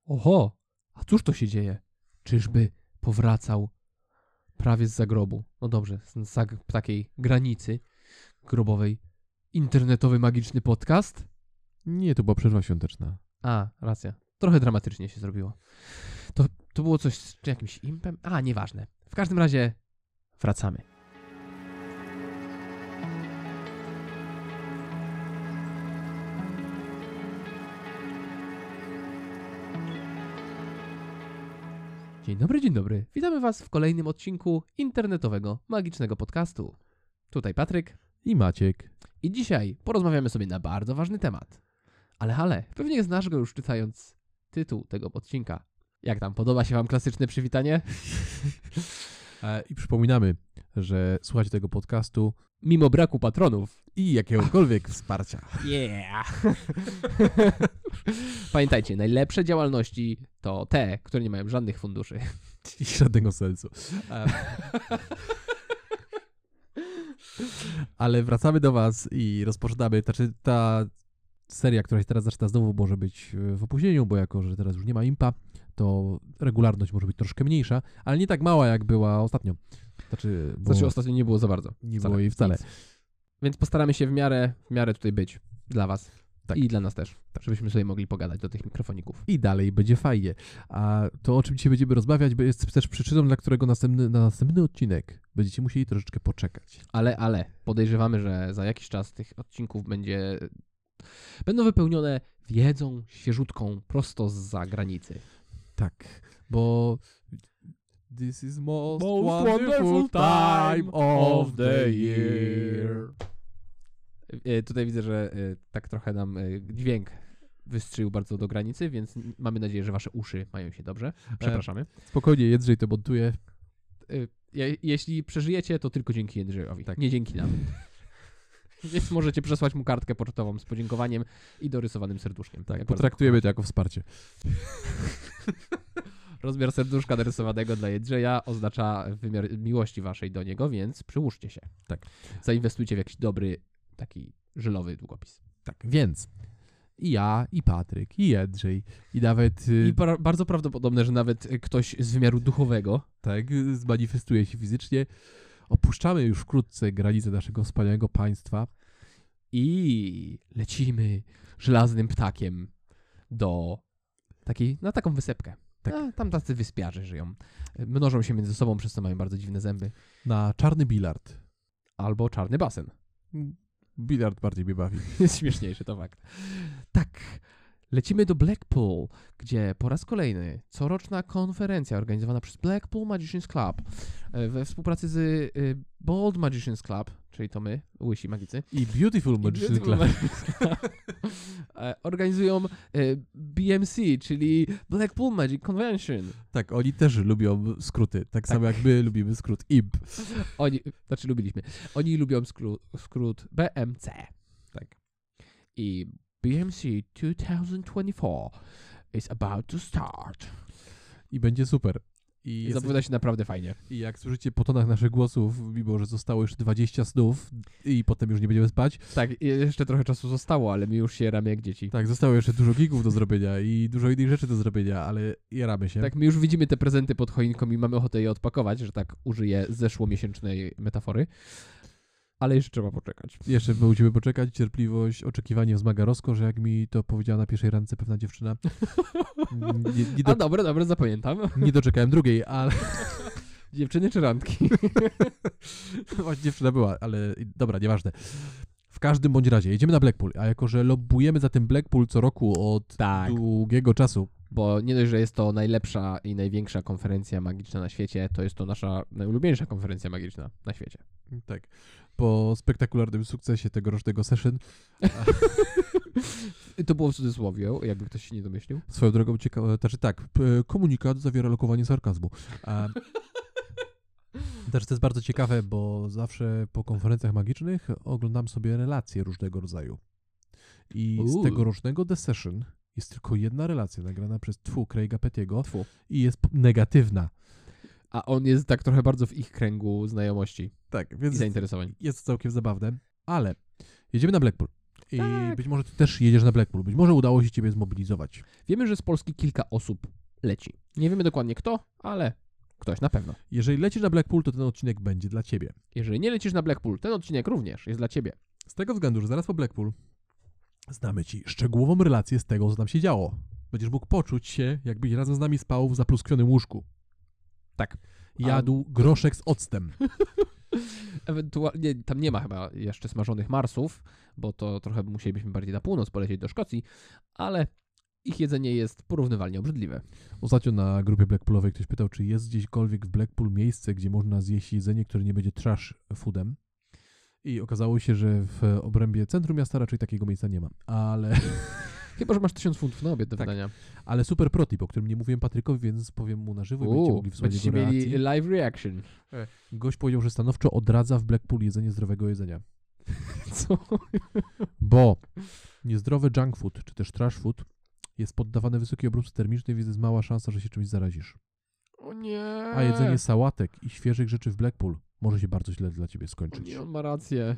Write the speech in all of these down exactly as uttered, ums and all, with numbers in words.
Oho, a cóż to się dzieje? Czyżby powracał prawie z zagrobu? No dobrze, z zag- takiej granicy grobowej. Internetowy magiczny podcast? Nie, to była przerwa świąteczna. A, racja. Trochę dramatycznie się zrobiło. To, to było coś z jakimś impem? A, nieważne. W każdym razie wracamy. Dzień dobry, dzień dobry. Witamy Was w kolejnym odcinku internetowego magicznego podcastu. Tutaj Patryk. I Maciek. I dzisiaj porozmawiamy sobie na bardzo ważny temat. Ale, ale, pewnie znasz go już czytając tytuł tego odcinka. Jak tam, podoba się Wam klasyczne przywitanie? E, I przypominamy, że słuchacie tego podcastu Mimo braku patronów. i jakiegokolwiek wsparcia. Yeah! Pamiętajcie, najlepsze działalności to te, które nie mają żadnych funduszy. I żadnego sensu. E, ale wracamy do was i rozpoczynamy. Znaczy, ta seria, która się teraz zaczyna, znowu może być w opóźnieniu, bo jako, że teraz już nie ma impa, to regularność może być troszkę mniejsza, ale nie tak mała, jak była ostatnio. Znaczy, bo Znaczy ostatnio nie było za bardzo. nie wcale. było jej wcale. Nic. Więc postaramy się w miarę, w miarę tutaj być dla was. Tak. I dla nas też. Żebyśmy sobie mogli pogadać do tych mikrofoników. I dalej będzie fajnie. A to, o czym dzisiaj będziemy rozmawiać, jest też przyczyną, dla którego następny, na następny odcinek będziecie musieli troszeczkę poczekać. Ale, ale, podejrzewamy, że za jakiś czas tych odcinków będzie... Będą wypełnione wiedzą świeżutką prosto z zagranicy. Tak, bo... This is most, Most wonderful time of the year. E, Tutaj widzę, że e, tak trochę nam e, dźwięk wystrzelił bardzo do granicy, więc mamy nadzieję, że wasze uszy mają się dobrze. Przepraszamy. Spokojnie, Jędrzej to montuje. E, je, jeśli przeżyjecie, to tylko dzięki Jędrzejowi, Tak. nie dzięki nam. Więc możecie przesłać mu kartkę pocztową z podziękowaniem i dorysowanym serduszkiem. Tak, Jak potraktujemy bardzo to jako wsparcie. Rozmiar serduszka narysowanego dla Jędrzeja oznacza wymiar miłości waszej do niego, więc przyłóżcie się. Tak. Zainwestujcie w jakiś dobry, taki żelowy długopis. Tak, więc i ja, i Patryk, i Jędrzej, i nawet... y, I para- bardzo prawdopodobne, że nawet y, ktoś z wymiaru duchowego tak, y, zmanifestuje się fizycznie. Opuszczamy już wkrótce granice naszego wspaniałego państwa. i lecimy żelaznym ptakiem do takiej, na taką wysepkę. Tak. A, tam tacy wyspiarze żyją. Y, Mnożą się między sobą, przez co mają bardzo dziwne zęby. Na czarny bilard. Albo czarny basen. Bilard bardziej mnie bawi. Jest śmieszniejszy, to fakt. Tak, lecimy do Blackpool, gdzie po raz kolejny coroczna konferencja organizowana przez Blackpool Magicians Club e, we współpracy z y, Bold Magicians Club, czyli to my, łysi magicy, I Beautiful Magician Beautiful Club. Magicians Club, e, organizują e, B M C, czyli Blackpool Magic Convention. Tak, oni też lubią skróty. Tak, Tak. samo jak my lubimy skrót I M P. Oni, znaczy lubiliśmy, oni lubią skrót, skrót B M C. Tak. I B M C twenty twenty-four is about to start. I będzie super. I, I jesteś, zapowiada się naprawdę fajnie. I jak słyszycie po tonach naszych głosów, mimo że zostało już dwadzieścia snów i potem już nie będziemy spać, Tak, i jeszcze trochę czasu zostało, ale mi już się ramy jak dzieci. tak, zostało jeszcze dużo gigów do zrobienia i dużo innych rzeczy do zrobienia, ale jaramy się. Tak, my już widzimy te prezenty pod choinką i mamy ochotę je odpakować, że tak użyję zeszłomiesięcznej metafory. Ale jeszcze trzeba poczekać. Jeszcze musimy poczekać, cierpliwość, oczekiwanie wzmaga rozkosz, jak mi to powiedziała na pierwszej randce pewna dziewczyna. Nie, nie, A do, dobra, dobra, zapamiętam. nie doczekałem drugiej, ale... Dziewczyny czy randki? Właśnie dziewczyna była, ale dobra, nieważne. W każdym bądź razie, jedziemy na Blackpool, a jako, że lobbujemy za tym Blackpool co roku od Tak. długiego czasu, Bo nie dość, że jest to najlepsza i największa konferencja magiczna na świecie, to jest to nasza najulubieńsza konferencja magiczna na świecie. tak, po spektakularnym sukcesie tegorocznego session, To było w cudzysłowie, jakby ktoś się nie domyślił. swoją drogą ciekawe, znaczy tak, p- komunikat zawiera lokowanie sarkazmu. A, też to jest bardzo ciekawe, bo zawsze po konferencjach magicznych oglądam sobie relacje różnego rodzaju. I Uuu. z tegorocznego The Session jest tylko jedna relacja nagrana przez tfu Craiga Pettiego Tfu. i jest p- negatywna. A on jest tak trochę bardzo w ich kręgu znajomości Tak, i więc zainteresowań. jest to całkiem zabawne, ale jedziemy na Blackpool. I Tak. być może ty też jedziesz na Blackpool. Być może udało się ciebie zmobilizować. Wiemy, że z Polski kilka osób leci. Nie wiemy dokładnie kto, ale ktoś na pewno. Jeżeli lecisz na Blackpool, to ten odcinek będzie dla ciebie. Jeżeli nie lecisz na Blackpool, ten odcinek również jest dla ciebie. Z tego względu, że zaraz po Blackpool znamy ci szczegółową relację z tego, co tam się działo. Będziesz mógł poczuć się, jakbyś razem z nami spał w zapluskwionym łóżku. Tak. Jadł groszek z octem. Ewentualnie tam nie ma chyba jeszcze smażonych marsów, bo to trochę musielibyśmy bardziej na północ polecieć do Szkocji, ale ich jedzenie jest porównywalnie obrzydliwe. Ostatnio na grupie Blackpoolowej ktoś pytał, czy jest gdzieśkolwiek w Blackpool miejsce, gdzie można zjeść jedzenie, które nie będzie trash foodem. I okazało się, że w obrębie centrum miasta raczej takiego miejsca nie ma. Ale, Chyba, że masz tysiąc funtów na obiad do Tak. wydania. ale super protip, o którym nie mówiłem Patrykowi, więc powiem mu na żywo i będziecie Uuu, mogli wsłuchać będziecie jego mieli reakcji. live reaction. Gość powiedział, że stanowczo odradza w Blackpool jedzenie zdrowego jedzenia. Co? Bo niezdrowy junk food, czy też trash food jest poddawane wysokiej obróbce termicznej, więc jest mała szansa, że się czymś zarazisz. O nie. A jedzenie sałatek i świeżych rzeczy w Blackpool może się bardzo źle dla ciebie O skończyć. nie, on ma rację.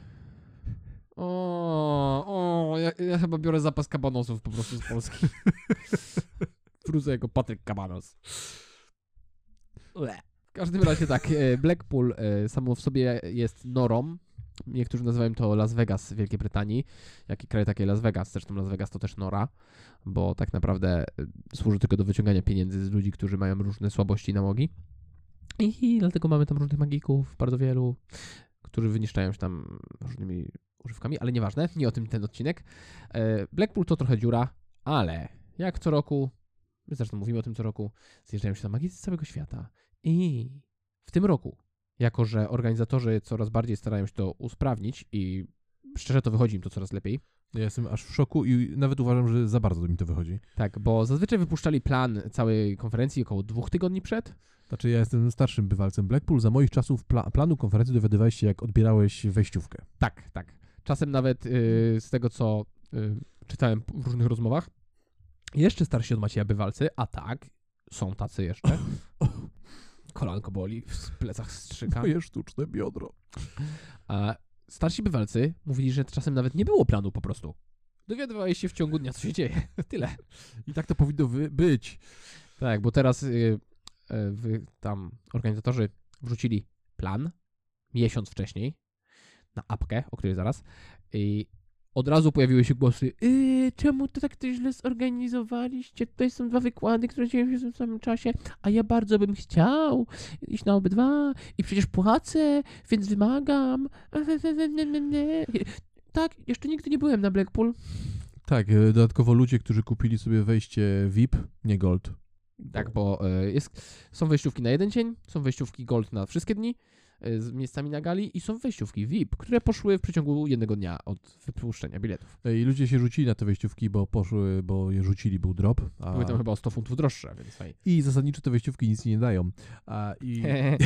O, o, ja, ja chyba biorę zapas kabanosów po prostu z Polski. Wrócę jako Patryk Kabanos. Le. W każdym razie tak, e, Blackpool e, samo w sobie jest norą. Niektórzy nazywają to Las Vegas w Wielkiej Brytanii. Jakie kraje takie Las Vegas? Zresztą Las Vegas to też nora, bo tak naprawdę e, służy tylko do wyciągania pieniędzy z ludzi, którzy mają różne słabości i nałogi. I dlatego mamy tam różnych magików, bardzo wielu, którzy wyniszczają się tam różnymi używkami, ale nieważne, nie o tym ten odcinek. E, Blackpool to trochę dziura, ale jak co roku, my zresztą mówimy o tym co roku, zjeżdżają się tam magicy z całego świata. I w tym roku, jako że organizatorzy coraz bardziej starają się to usprawnić i szczerze to wychodzi im to coraz lepiej. Ja jestem aż w szoku i nawet uważam, że za bardzo mi to wychodzi. Tak, bo zazwyczaj wypuszczali plan całej konferencji około dwóch tygodni przed. Znaczy ja jestem starszym bywalcem Blackpool. Za moich czasów pla- planu konferencji dowiadywałeś się, jak odbierałeś wejściówkę. Tak, tak. Czasem nawet yy, z tego, co yy, czytałem w różnych rozmowach, jeszcze starsi od Macieja bywalcy, a tak, są tacy jeszcze. Kolanko boli, w plecach strzyka. Moje sztuczne biodro. A starsi bywalcy mówili, że czasem nawet nie było planu po prostu. Dowiadywałeś się w ciągu dnia, co się dzieje. Tyle. I tak to powinno wy- być. Tak, bo teraz yy, yy, wy, tam organizatorzy wrzucili plan miesiąc wcześniej na apkę, o której zaraz, i od razu pojawiły się głosy, yy, czemu to tak to źle zorganizowaliście? Tutaj są dwa wykłady, które dzieją się w tym samym czasie, a ja bardzo bym chciał iść na obydwa i przecież płacę, więc wymagam. Tak, jeszcze nigdy nie byłem na Blackpool. Tak, e, dodatkowo ludzie, którzy kupili sobie wejście V I P, nie Gold. Tak, bo y, jest, są wejściówki na jeden dzień, są wejściówki Gold na wszystkie dni, y, z miejscami na gali i są wejściówki V I P, które poszły w przeciągu jednego dnia od wypuszczenia biletów. E, I ludzie się rzucili na te wejściówki, bo poszły, bo je rzucili, był drop. A... Były tam chyba o sto funtów droższe, więc fajnie. I zasadniczo te wejściówki nic nie dają. A, i...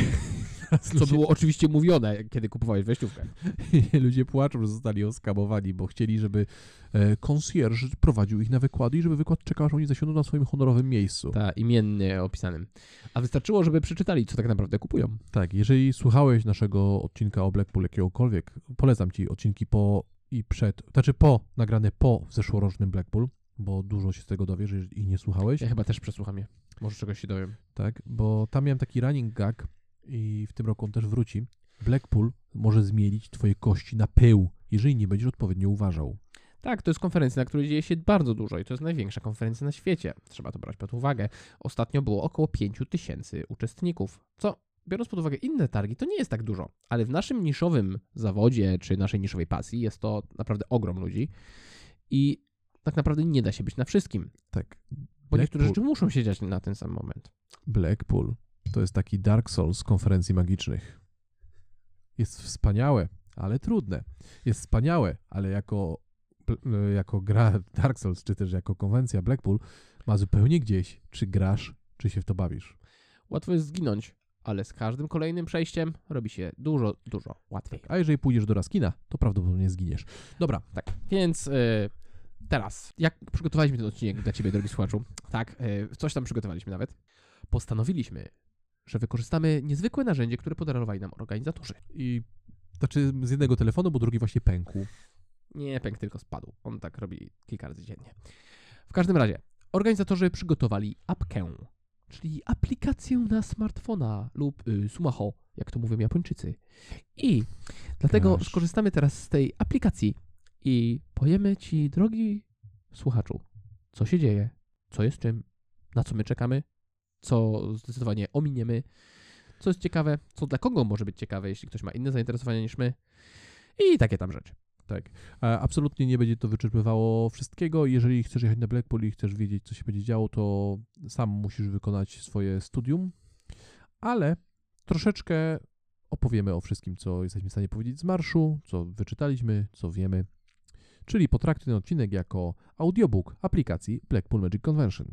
Co ludzie, było oczywiście mówione, kiedy kupowałeś wejściówkę. ludzie płaczą, że zostali oskamowani, bo chcieli, żeby e, concierge prowadził ich na wykłady i żeby wykład czekał, aż oni zasiądą na swoim honorowym miejscu. Tak, imiennie opisanym. A wystarczyło, żeby przeczytali, co tak naprawdę kupują. Tak, jeżeli słuchałeś naszego odcinka o Blackpool jakiegokolwiek, polecam ci odcinki po i przed, znaczy po, nagrane po zeszłorocznym Blackpool, bo dużo się z tego dowiesz, jeżeli ich nie słuchałeś. Ja chyba też przesłucham je. Może czegoś się dowiem. Tak, bo tam miałem taki running gag i w tym roku on też wróci. Blackpool może zmienić twoje kości na pył, jeżeli nie będziesz odpowiednio uważał. Tak, to jest konferencja, na której dzieje się bardzo dużo i to jest największa konferencja na świecie. Trzeba to brać pod uwagę. Ostatnio było około pięć tysięcy uczestników, co biorąc pod uwagę inne targi, to nie jest tak dużo, ale w naszym niszowym zawodzie czy naszej niszowej pasji jest to naprawdę ogrom ludzi i tak naprawdę nie da się być na wszystkim, Tak. bo niektóre Blackpool- rzeczy muszą się dziać na ten sam moment. Blackpool to jest taki Dark Souls konferencji magicznych. Jest wspaniałe, ale trudne. Jest wspaniałe, ale jako, jako gra Dark Souls, czy też jako konwencja Blackpool, ma zupełnie gdzieś, czy grasz, czy się w to bawisz. Łatwo jest zginąć, ale z każdym kolejnym przejściem robi się dużo, dużo łatwiej. A jeżeli pójdziesz do Raskina, to prawdopodobnie zginiesz. Dobra, Tak, więc yy, teraz, jak przygotowaliśmy ten odcinek dla Ciebie, drogi słuchaczu, tak, yy, coś tam przygotowaliśmy nawet, postanowiliśmy, że wykorzystamy niezwykłe narzędzie, które podarowali nam organizatorzy. i znaczy z jednego telefonu, bo drugi właśnie pękł. Nie pękł, tylko spadł. On tak robi kilka razy dziennie. W każdym razie, organizatorzy przygotowali apkę, czyli aplikację na smartfona lub y, sumaho, jak to mówią Japończycy. I dlatego Gosh. skorzystamy teraz z tej aplikacji i powiemy Ci, drogi słuchaczu, co się dzieje, co jest czym, na co my czekamy, co zdecydowanie ominiemy, co jest ciekawe, co dla kogo może być ciekawe, jeśli ktoś ma inne zainteresowania niż my i takie tam rzeczy. Tak. A absolutnie nie będzie to wyczerpywało wszystkiego. Jeżeli chcesz jechać na Blackpool i chcesz wiedzieć, co się będzie działo, to sam musisz wykonać swoje studium, ale troszeczkę opowiemy o wszystkim, co jesteśmy w stanie powiedzieć z marszu, co wyczytaliśmy, co wiemy. Czyli potraktuj ten odcinek jako audiobook aplikacji Blackpool Magic Convention.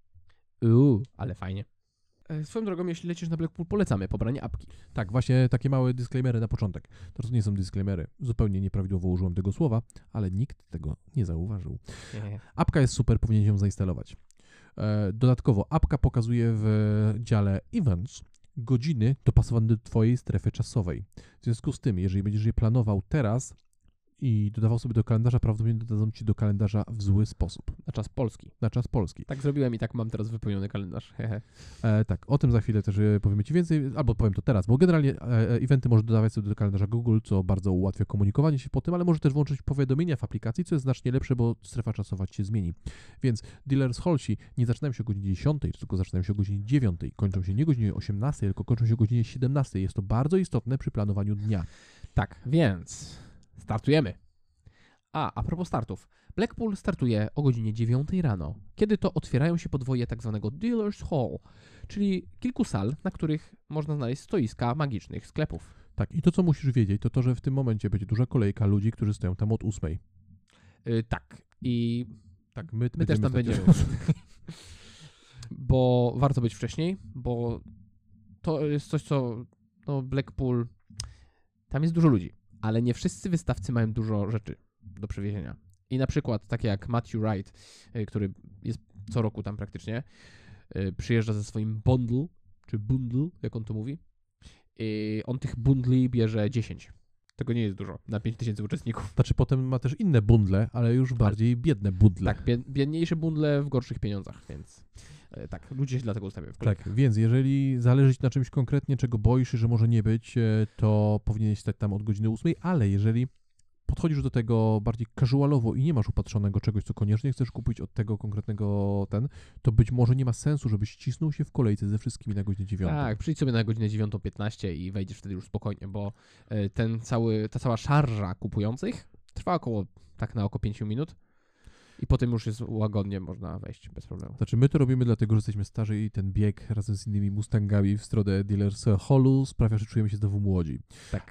Uuu, ale fajnie. E, Swoją drogą, jeśli lecisz na Blackpool, polecamy pobranie apki. Tak, właśnie takie małe disclaimery na początek. To nie są disclaimery. Zupełnie nieprawidłowo użyłem tego słowa, ale nikt tego nie zauważył. Apka jest super, powinien ją zainstalować. E, dodatkowo apka pokazuje w dziale Events godziny dopasowane do Twojej strefy czasowej. W związku z tym, jeżeli będziesz je planował teraz i dodawał sobie do kalendarza, prawdopodobnie dodadzą Ci do kalendarza w zły sposób. Na czas polski. Na czas polski. Tak zrobiłem i tak mam teraz wypełniony kalendarz. E, tak, o tym za chwilę też e, powiemy Ci więcej, albo powiem to teraz, bo generalnie e, e, eventy możesz dodawać sobie do kalendarza Google, co bardzo ułatwia komunikowanie się po tym, ale możesz też włączyć powiadomienia w aplikacji, co jest znacznie lepsze, bo strefa czasowa Ci się zmieni. Więc Dealers Hallsi nie zaczynają się o godzinie dziesiątej, tylko zaczynają się o godzinie dziewiątej, kończą się nie o godzinie osiemnastej, tylko kończą się o godzinie siedemnastej. Jest to bardzo istotne przy planowaniu dnia. Tak, więc startujemy. A, a propos startów. Blackpool startuje o godzinie dziewiątej rano, kiedy to otwierają się podwoje tak zwanego Dealers Hall, czyli kilku sal, na których można znaleźć stoiska magicznych sklepów. Tak, i to, co musisz wiedzieć, to to, że w tym momencie będzie duża kolejka ludzi, którzy stoją tam od ósmej. Yy, tak, i Tak, my, my też tam stać- będziemy. Bo warto być wcześniej, bo to jest coś, co no Blackpool, tam jest dużo ludzi, ale nie wszyscy wystawcy mają dużo rzeczy do przewiezienia. I na przykład takie jak Matthew Wright, y, który jest co roku tam praktycznie, y, przyjeżdża ze swoim bundle, czy bundle, jak on to mówi. I on tych bundli bierze dziesięć. Tego nie jest dużo na pięć tysięcy uczestników. Znaczy potem ma też inne bundle, ale już bardziej biedne bundle. Tak, bie- biedniejsze bundle w gorszych pieniądzach, więc y, tak, ludzie się dlatego ustawiają w kolejkach. Tak, więc jeżeli zależy Ci na czymś konkretnie, czego boisz się, że może nie być, e, to powinieneś stać tam od godziny ósmej, ale jeżeli podchodzisz do tego bardziej casualowo i nie masz upatrzonego czegoś, co koniecznie chcesz kupić od tego konkretnego ten, to być może nie ma sensu, żebyś cisnął się w kolejce ze wszystkimi na godzinę dziewiątą. Tak, przyjdź sobie na godzinę dziewiątą piętnaście i wejdziesz wtedy już spokojnie, bo y, ten cały, ta cała szarża kupujących trwa około, tak na oko pięć minut i potem już jest łagodnie, można wejść bez problemu. Znaczy my to robimy dlatego, że jesteśmy starzy i ten bieg razem z innymi Mustangami w stronę Dealers Hallu sprawia, że czujemy się znowu młodzi. Tak.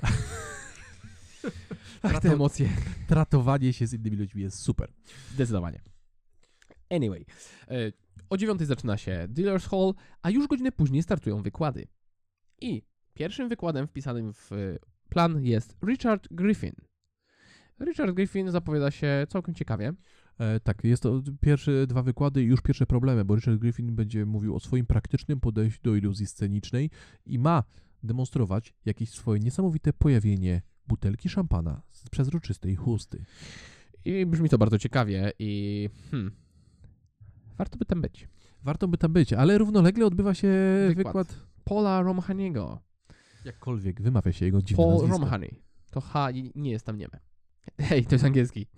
Ach, te emocje. Tratowanie się z innymi ludźmi jest super. Zdecydowanie. Anyway, y, o dziewiątej zaczyna się Dealers Hall, a już godzinę później startują wykłady. I pierwszym wykładem wpisanym w y, plan jest Richard Griffin. Richard Griffin zapowiada się całkiem ciekawie. E, tak, jest to pierwsze dwa wykłady i już pierwsze problemy, bo Richard Griffin będzie mówił o swoim praktycznym podejściu do iluzji scenicznej i ma demonstrować jakieś swoje niesamowite pojawienie butelki szampana z przezroczystej chusty. I brzmi to bardzo ciekawie i hmm, warto by tam być. Warto by tam być, ale równolegle odbywa się Wykład. wykład, Paula Romhaniego. jakkolwiek wymawia się jego dziwne Paul nazwisko. Romhany. To H i nie jest tam nieme. Hej, to jest angielski.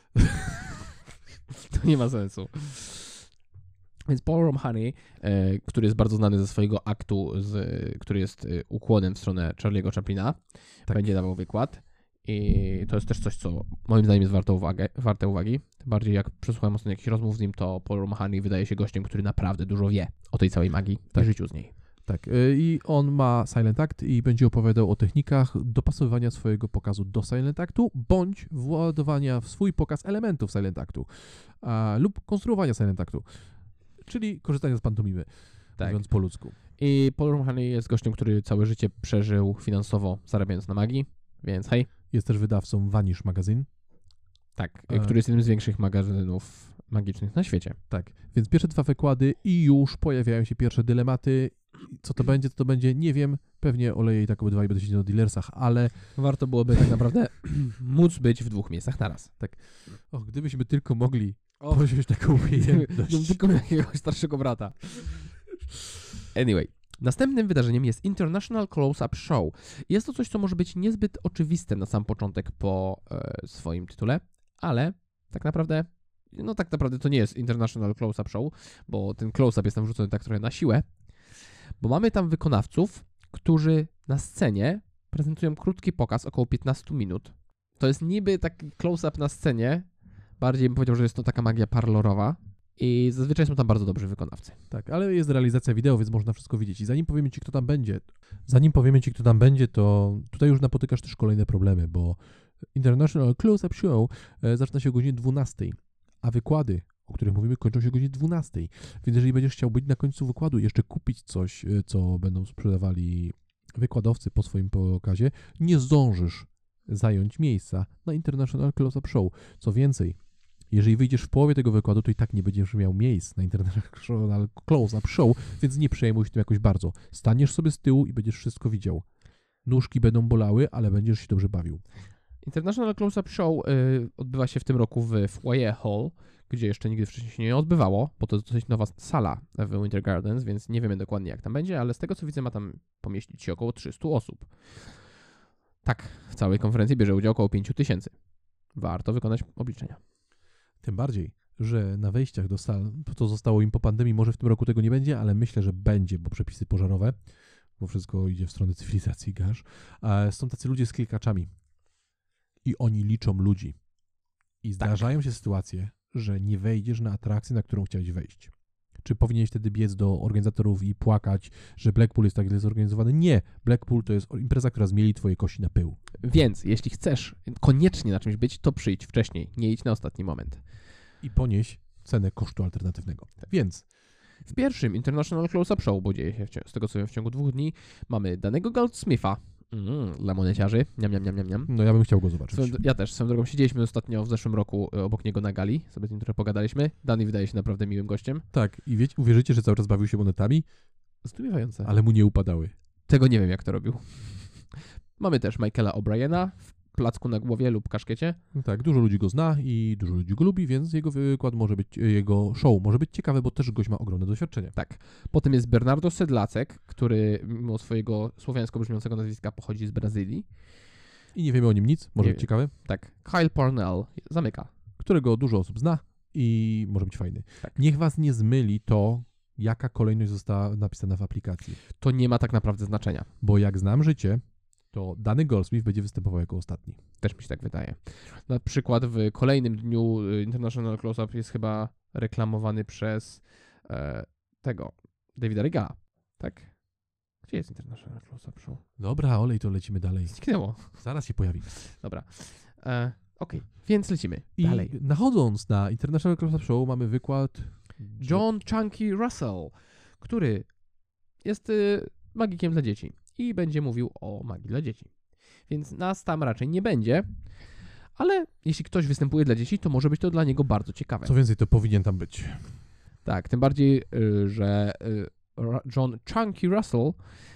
To nie ma sensu. Więc Paul Romhany, e, który jest bardzo znany ze swojego aktu, z, który jest e, ukłonem w stronę Charlie'ego Chaplina, Tak. będzie dawał wykład. I to jest też coś, co moim zdaniem jest warte, uwagę, warte uwagi. Tym bardziej jak przesłuchałem ostatnio jakichś rozmów z nim, to Paul Romhany wydaje się gościem, który naprawdę dużo wie o tej całej magii Tak. i życiu z niej. Tak, y, i on ma Silent Act i będzie opowiadał o technikach dopasowywania swojego pokazu do Silent Actu, bądź władowania w swój pokaz elementów Silent Actu, a, lub konstruowania Silent Actu, czyli korzystania z pantomimy, Tak. mówiąc po ludzku. I Paul Romhany jest gościem, który całe życie przeżył finansowo, zarabiając na magii, więc hej. Jest też wydawcą Vanish Magazine. Tak, E. który jest jednym z większych magazynów magicznych na świecie. Tak, więc pierwsze dwa wykłady i już pojawiają się pierwsze dylematy co to będzie, to to będzie, nie wiem. Pewnie oleję i tak obydwaj będę siedzieć na dealersach, ale Warto byłoby tak naprawdę móc być w dwóch miejscach naraz. o, gdybyśmy tylko mogli O. posiąść taką Gdybym umiejętność. tylko miał jakiegoś starszego brata. Anyway. Następnym wydarzeniem jest International Close-Up Show. Jest to coś, co może być niezbyt oczywiste na sam początek po e, swoim tytule, ale tak naprawdę, no tak naprawdę to nie jest International Close-Up Show, bo ten close-up jest tam wrzucony tak trochę na siłę, bo mamy tam wykonawców, którzy na scenie prezentują krótki pokaz, około piętnaście minut. To jest niby taki close-up na scenie, bardziej bym powiedział, że jest to taka magia parlorowa i zazwyczaj są tam bardzo dobrzy wykonawcy. Tak, ale jest realizacja wideo, więc można wszystko widzieć. I zanim powiemy Ci, kto tam będzie, zanim powiemy Ci, kto tam będzie, to tutaj już napotykasz też kolejne problemy, bo International Close-Up Show e, zaczyna się o godzinie dwunastej, a wykłady, o których mówimy, kończą się o godzinie dwunastej. Więc jeżeli będziesz chciał być na końcu wykładu i jeszcze kupić coś, e, co będą sprzedawali wykładowcy po swoim pokazie, nie zdążysz zająć miejsca na International Close-Up Show. Co więcej, jeżeli wyjdziesz w połowie tego wykładu, to i tak nie będziesz miał miejsc na International Close-Up Show, więc nie przejmuj się tym jakoś bardzo. Staniesz sobie z tyłu i będziesz wszystko widział. Nóżki będą bolały, ale będziesz się dobrze bawił. International Close-Up Show y, odbywa się w tym roku w Foyer Hall, gdzie jeszcze nigdy wcześniej się nie odbywało, bo to jest dosyć nowa sala w Winter Gardens, więc nie wiemy dokładnie jak tam będzie, ale z tego co widzę ma tam pomieścić się około trzysta osób. Tak, w całej konferencji bierze udział około pięć tysięcy. Warto wykonać obliczenia. Tym bardziej, że na wejściach do sal, to zostało im po pandemii, może w tym roku tego nie będzie, ale myślę, że będzie, bo przepisy pożarowe, bo wszystko idzie w stronę cywilizacji gaż, a są tacy ludzie z klikaczami i oni liczą ludzi. I zdarzają się sytuacje, że nie wejdziesz na atrakcję, na którą chciałeś wejść. Czy powinieneś wtedy biec do organizatorów i płakać, że Blackpool jest tak źle zorganizowany? Nie. Blackpool to jest impreza, która zmieli twoje kości na pył. Więc jeśli chcesz koniecznie na czymś być, to przyjdź wcześniej, nie idź na ostatni moment. I ponieś cenę kosztu alternatywnego. Więc W pierwszym International Close-Up Show, bo dzieje się w cie- z tego co wiem w ciągu dwóch dni, mamy danego Goldsmitha, mm, dla moneciarzy, niam, niam, niam, niam, niam. no ja bym chciał go zobaczyć. Swoją, ja też, swoją drogą siedzieliśmy ostatnio w zeszłym roku y, obok niego na gali, sobie z nim trochę pogadaliśmy. Dany wydaje się naprawdę miłym gościem. Tak, i wiecie, uwierzycie, że cały czas bawił się monetami, Zdumiewające. ale mu nie upadały. Tego nie wiem jak to robił. Mamy też Michaela O'Briena w placku na głowie lub kaszkiecie. No tak, dużo ludzi go zna i dużo ludzi go lubi, więc jego wykład może być, jego show może być ciekawe, bo też gość ma ogromne doświadczenie. Tak. Potem jest Bernardo Sedlacek, który mimo swojego słowiańsko brzmiącego nazwiska pochodzi z Brazylii. I nie wiemy o nim nic, może Nie być ciekawe, Tak. Kyle Parnell zamyka. którego dużo osób zna i może być fajny. Tak. Niech was nie zmyli to, jaka kolejność została napisana w aplikacji, To nie ma tak naprawdę znaczenia. bo jak znam życie, to dany Goldsmith będzie występował jako ostatni. Też mi się tak wydaje. Na przykład w kolejnym dniu y, International Close-Up jest chyba reklamowany przez e, tego Davida Regala. Tak? Gdzie jest International Close-Up Show? Dobra, olej, to lecimy dalej. Zniknęło. Zaraz się pojawi. Dobra. E, Okej, więc lecimy I dalej. nachodząc na International Close-Up Show mamy wykład John Chunky Russell, który jest y, magikiem dla dzieci i będzie mówił o magii dla dzieci. Więc nas tam raczej nie będzie, ale jeśli ktoś występuje dla dzieci, to może być to dla niego bardzo ciekawe. Co więcej, to powinien tam być. Tak, tym bardziej, y, że y, Ra- John Chunky Russell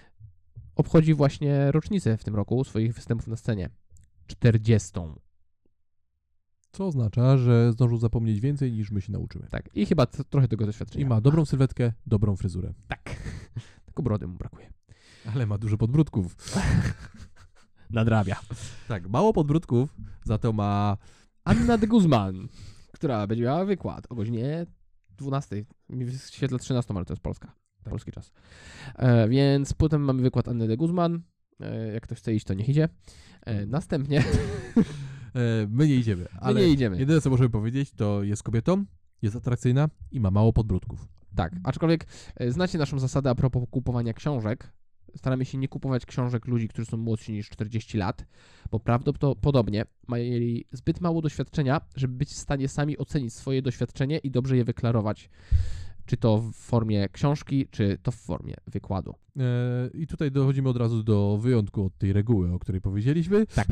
obchodzi właśnie rocznicę w tym roku swoich występów na scenie. czterdziestą. Co oznacza, że zdążył zapomnieć więcej niż my się nauczymy. Tak, i chyba t- trochę tego doświadczenia. I ma dobrą sylwetkę, dobrą fryzurę. Tak, tylko brody mu brakuje. Ale ma dużo podbródków. Nadrabia. Tak, mało podbródków, za to ma... Anna de Guzman, która będzie miała wykład o godzinie dwunastej. Mi wyświetla trzynastą, ale to jest Polska. Tak. Polski czas. E, więc potem mamy wykład Anny de Guzman. E, jak ktoś chce iść, to niech idzie. E, następnie... E, my nie idziemy, ale nie idziemy. jedyne co możemy powiedzieć, to jest kobietą, jest atrakcyjna i ma mało podbródków. Tak, aczkolwiek e, znacie naszą zasadę a propos kupowania książek. Staramy się nie kupować książek ludzi, którzy są młodsi niż czterdzieści lat, bo prawdopodobnie mieli zbyt mało doświadczenia, żeby być w stanie sami ocenić swoje doświadczenie i dobrze je wyklarować. Czy to w formie książki, czy to w formie wykładu. E, I tutaj dochodzimy od razu do wyjątku od tej reguły, o której powiedzieliśmy. Tak.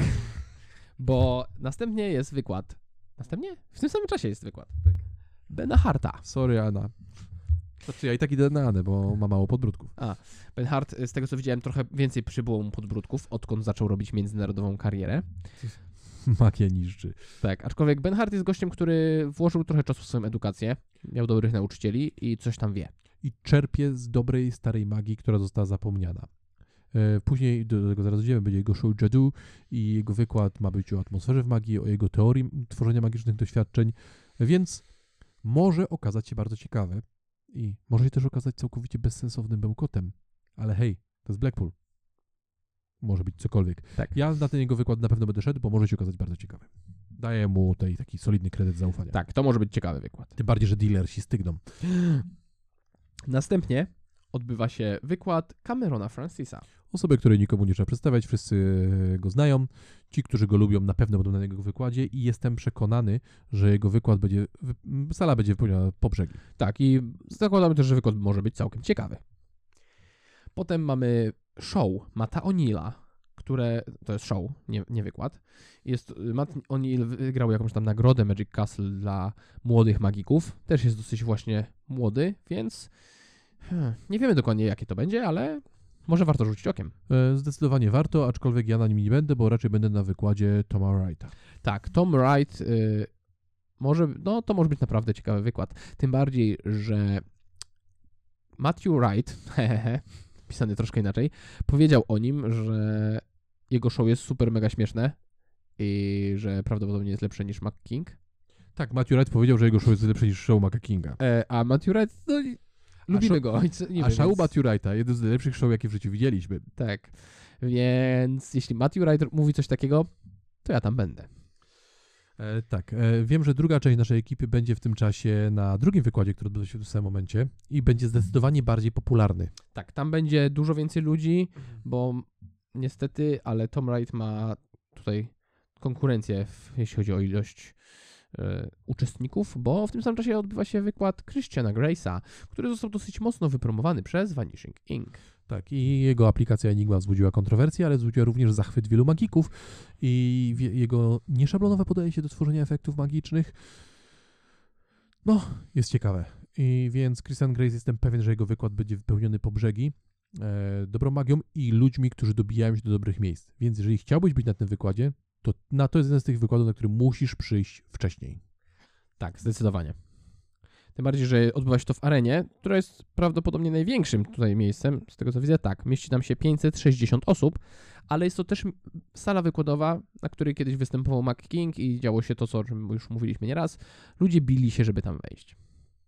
Bo następnie jest wykład. Następnie? W tym samym czasie jest wykład. Tak. Bena Harta. Sorry, Anna. Znaczy ja i tak idę na Anę, bo ma mało podbródków. A, Ben Hart, z tego co widziałem, trochę więcej przybyło mu podbródków, odkąd zaczął robić międzynarodową karierę. Magia niszczy. Tak, aczkolwiek Ben Hart jest gościem, który włożył trochę czasu w swoją edukację, miał dobrych nauczycieli i coś tam wie. I czerpie z dobrej, starej magii, która została zapomniana. E, Później, do tego zaraz dojdziemy, będzie jego show Jadu i jego wykład ma być o atmosferze w magii, o jego teorii tworzenia magicznych doświadczeń, więc może okazać się bardzo ciekawe i może się też okazać całkowicie bezsensownym bełkotem, ale hej, to jest Blackpool. Może być cokolwiek. Tak. Ja na ten jego wykład na pewno będę szedł, bo może się okazać bardzo ciekawy. Daję mu tutaj taki solidny kredyt zaufania. Tak, to może być ciekawy wykład. Tym bardziej, że dealersi stygną. Następnie odbywa się wykład Camerona Francisa. Osoby, której nikomu nie trzeba przedstawiać, wszyscy go znają. Ci, którzy go lubią, na pewno będą na jego wykładzie i jestem przekonany, że jego wykład będzie, sala będzie wypełniona po brzegi. Tak, i zakładamy też, że wykład może być całkiem ciekawy. Potem mamy show Matta O'Neilla, które, to jest show, nie, nie wykład. Jest, Matt O'Neill wygrał jakąś tam nagrodę Magic Castle dla młodych magików. Też jest dosyć właśnie młody, więc hmm, nie wiemy dokładnie, jakie to będzie, ale może warto rzucić okiem. E, Zdecydowanie warto, aczkolwiek ja na nim nie będę, bo raczej będę na wykładzie Toma Wrighta. Tak, Tom Wright y, może, no to może być naprawdę ciekawy wykład. Tym bardziej, że Matthew Wright, hehehe, pisany troszkę inaczej, powiedział o nim, że jego show jest super mega śmieszne i że prawdopodobnie jest lepsze niż Mac King. Tak, Matthew Wright powiedział, że jego show jest lepsze niż show Maca Kinga. E, a Matthew Wright, no i lubimy show- go. I co- nie A wiem, show więc- Matthew Wrighta, jeden z najlepszych show, jakie w życiu widzieliśmy. Tak, więc jeśli Matthew Wright mówi coś takiego, to ja tam będę. E, tak, e, wiem, że druga część naszej ekipy będzie w tym czasie na drugim wykładzie, który odbywa się w tym samym momencie i będzie zdecydowanie bardziej popularny. Tak, tam będzie dużo więcej ludzi, bo niestety, ale Tom Wright ma tutaj konkurencję, w, jeśli chodzi o ilość e, uczestników, bo w tym samym czasie odbywa się wykład Christiana Grace'a, który został dosyć mocno wypromowany przez Vanishing Incorporated. Tak, i jego aplikacja Enigma wzbudziła kontrowersję, ale wzbudziła również zachwyt wielu magików i wie- jego nieszablonowe podejście do tworzenia efektów magicznych, no, jest ciekawe. I więc Christian Grace, jestem pewien, że jego wykład będzie wypełniony po brzegi e, dobrą magią i ludźmi, którzy dobijają się do dobrych miejsc. Więc jeżeli chciałbyś być na tym wykładzie, to na to jest jeden z tych wykładów, na który musisz przyjść wcześniej. Tak, zdecydowanie. Tym bardziej, że odbywa się to w arenie, która jest prawdopodobnie największym tutaj miejscem, z tego co widzę, tak, mieści tam się pięćset sześćdziesiąt osób, ale jest to też sala wykładowa, na której kiedyś występował Mac King i działo się to, co, o czym już mówiliśmy nieraz. Ludzie bili się, żeby tam wejść.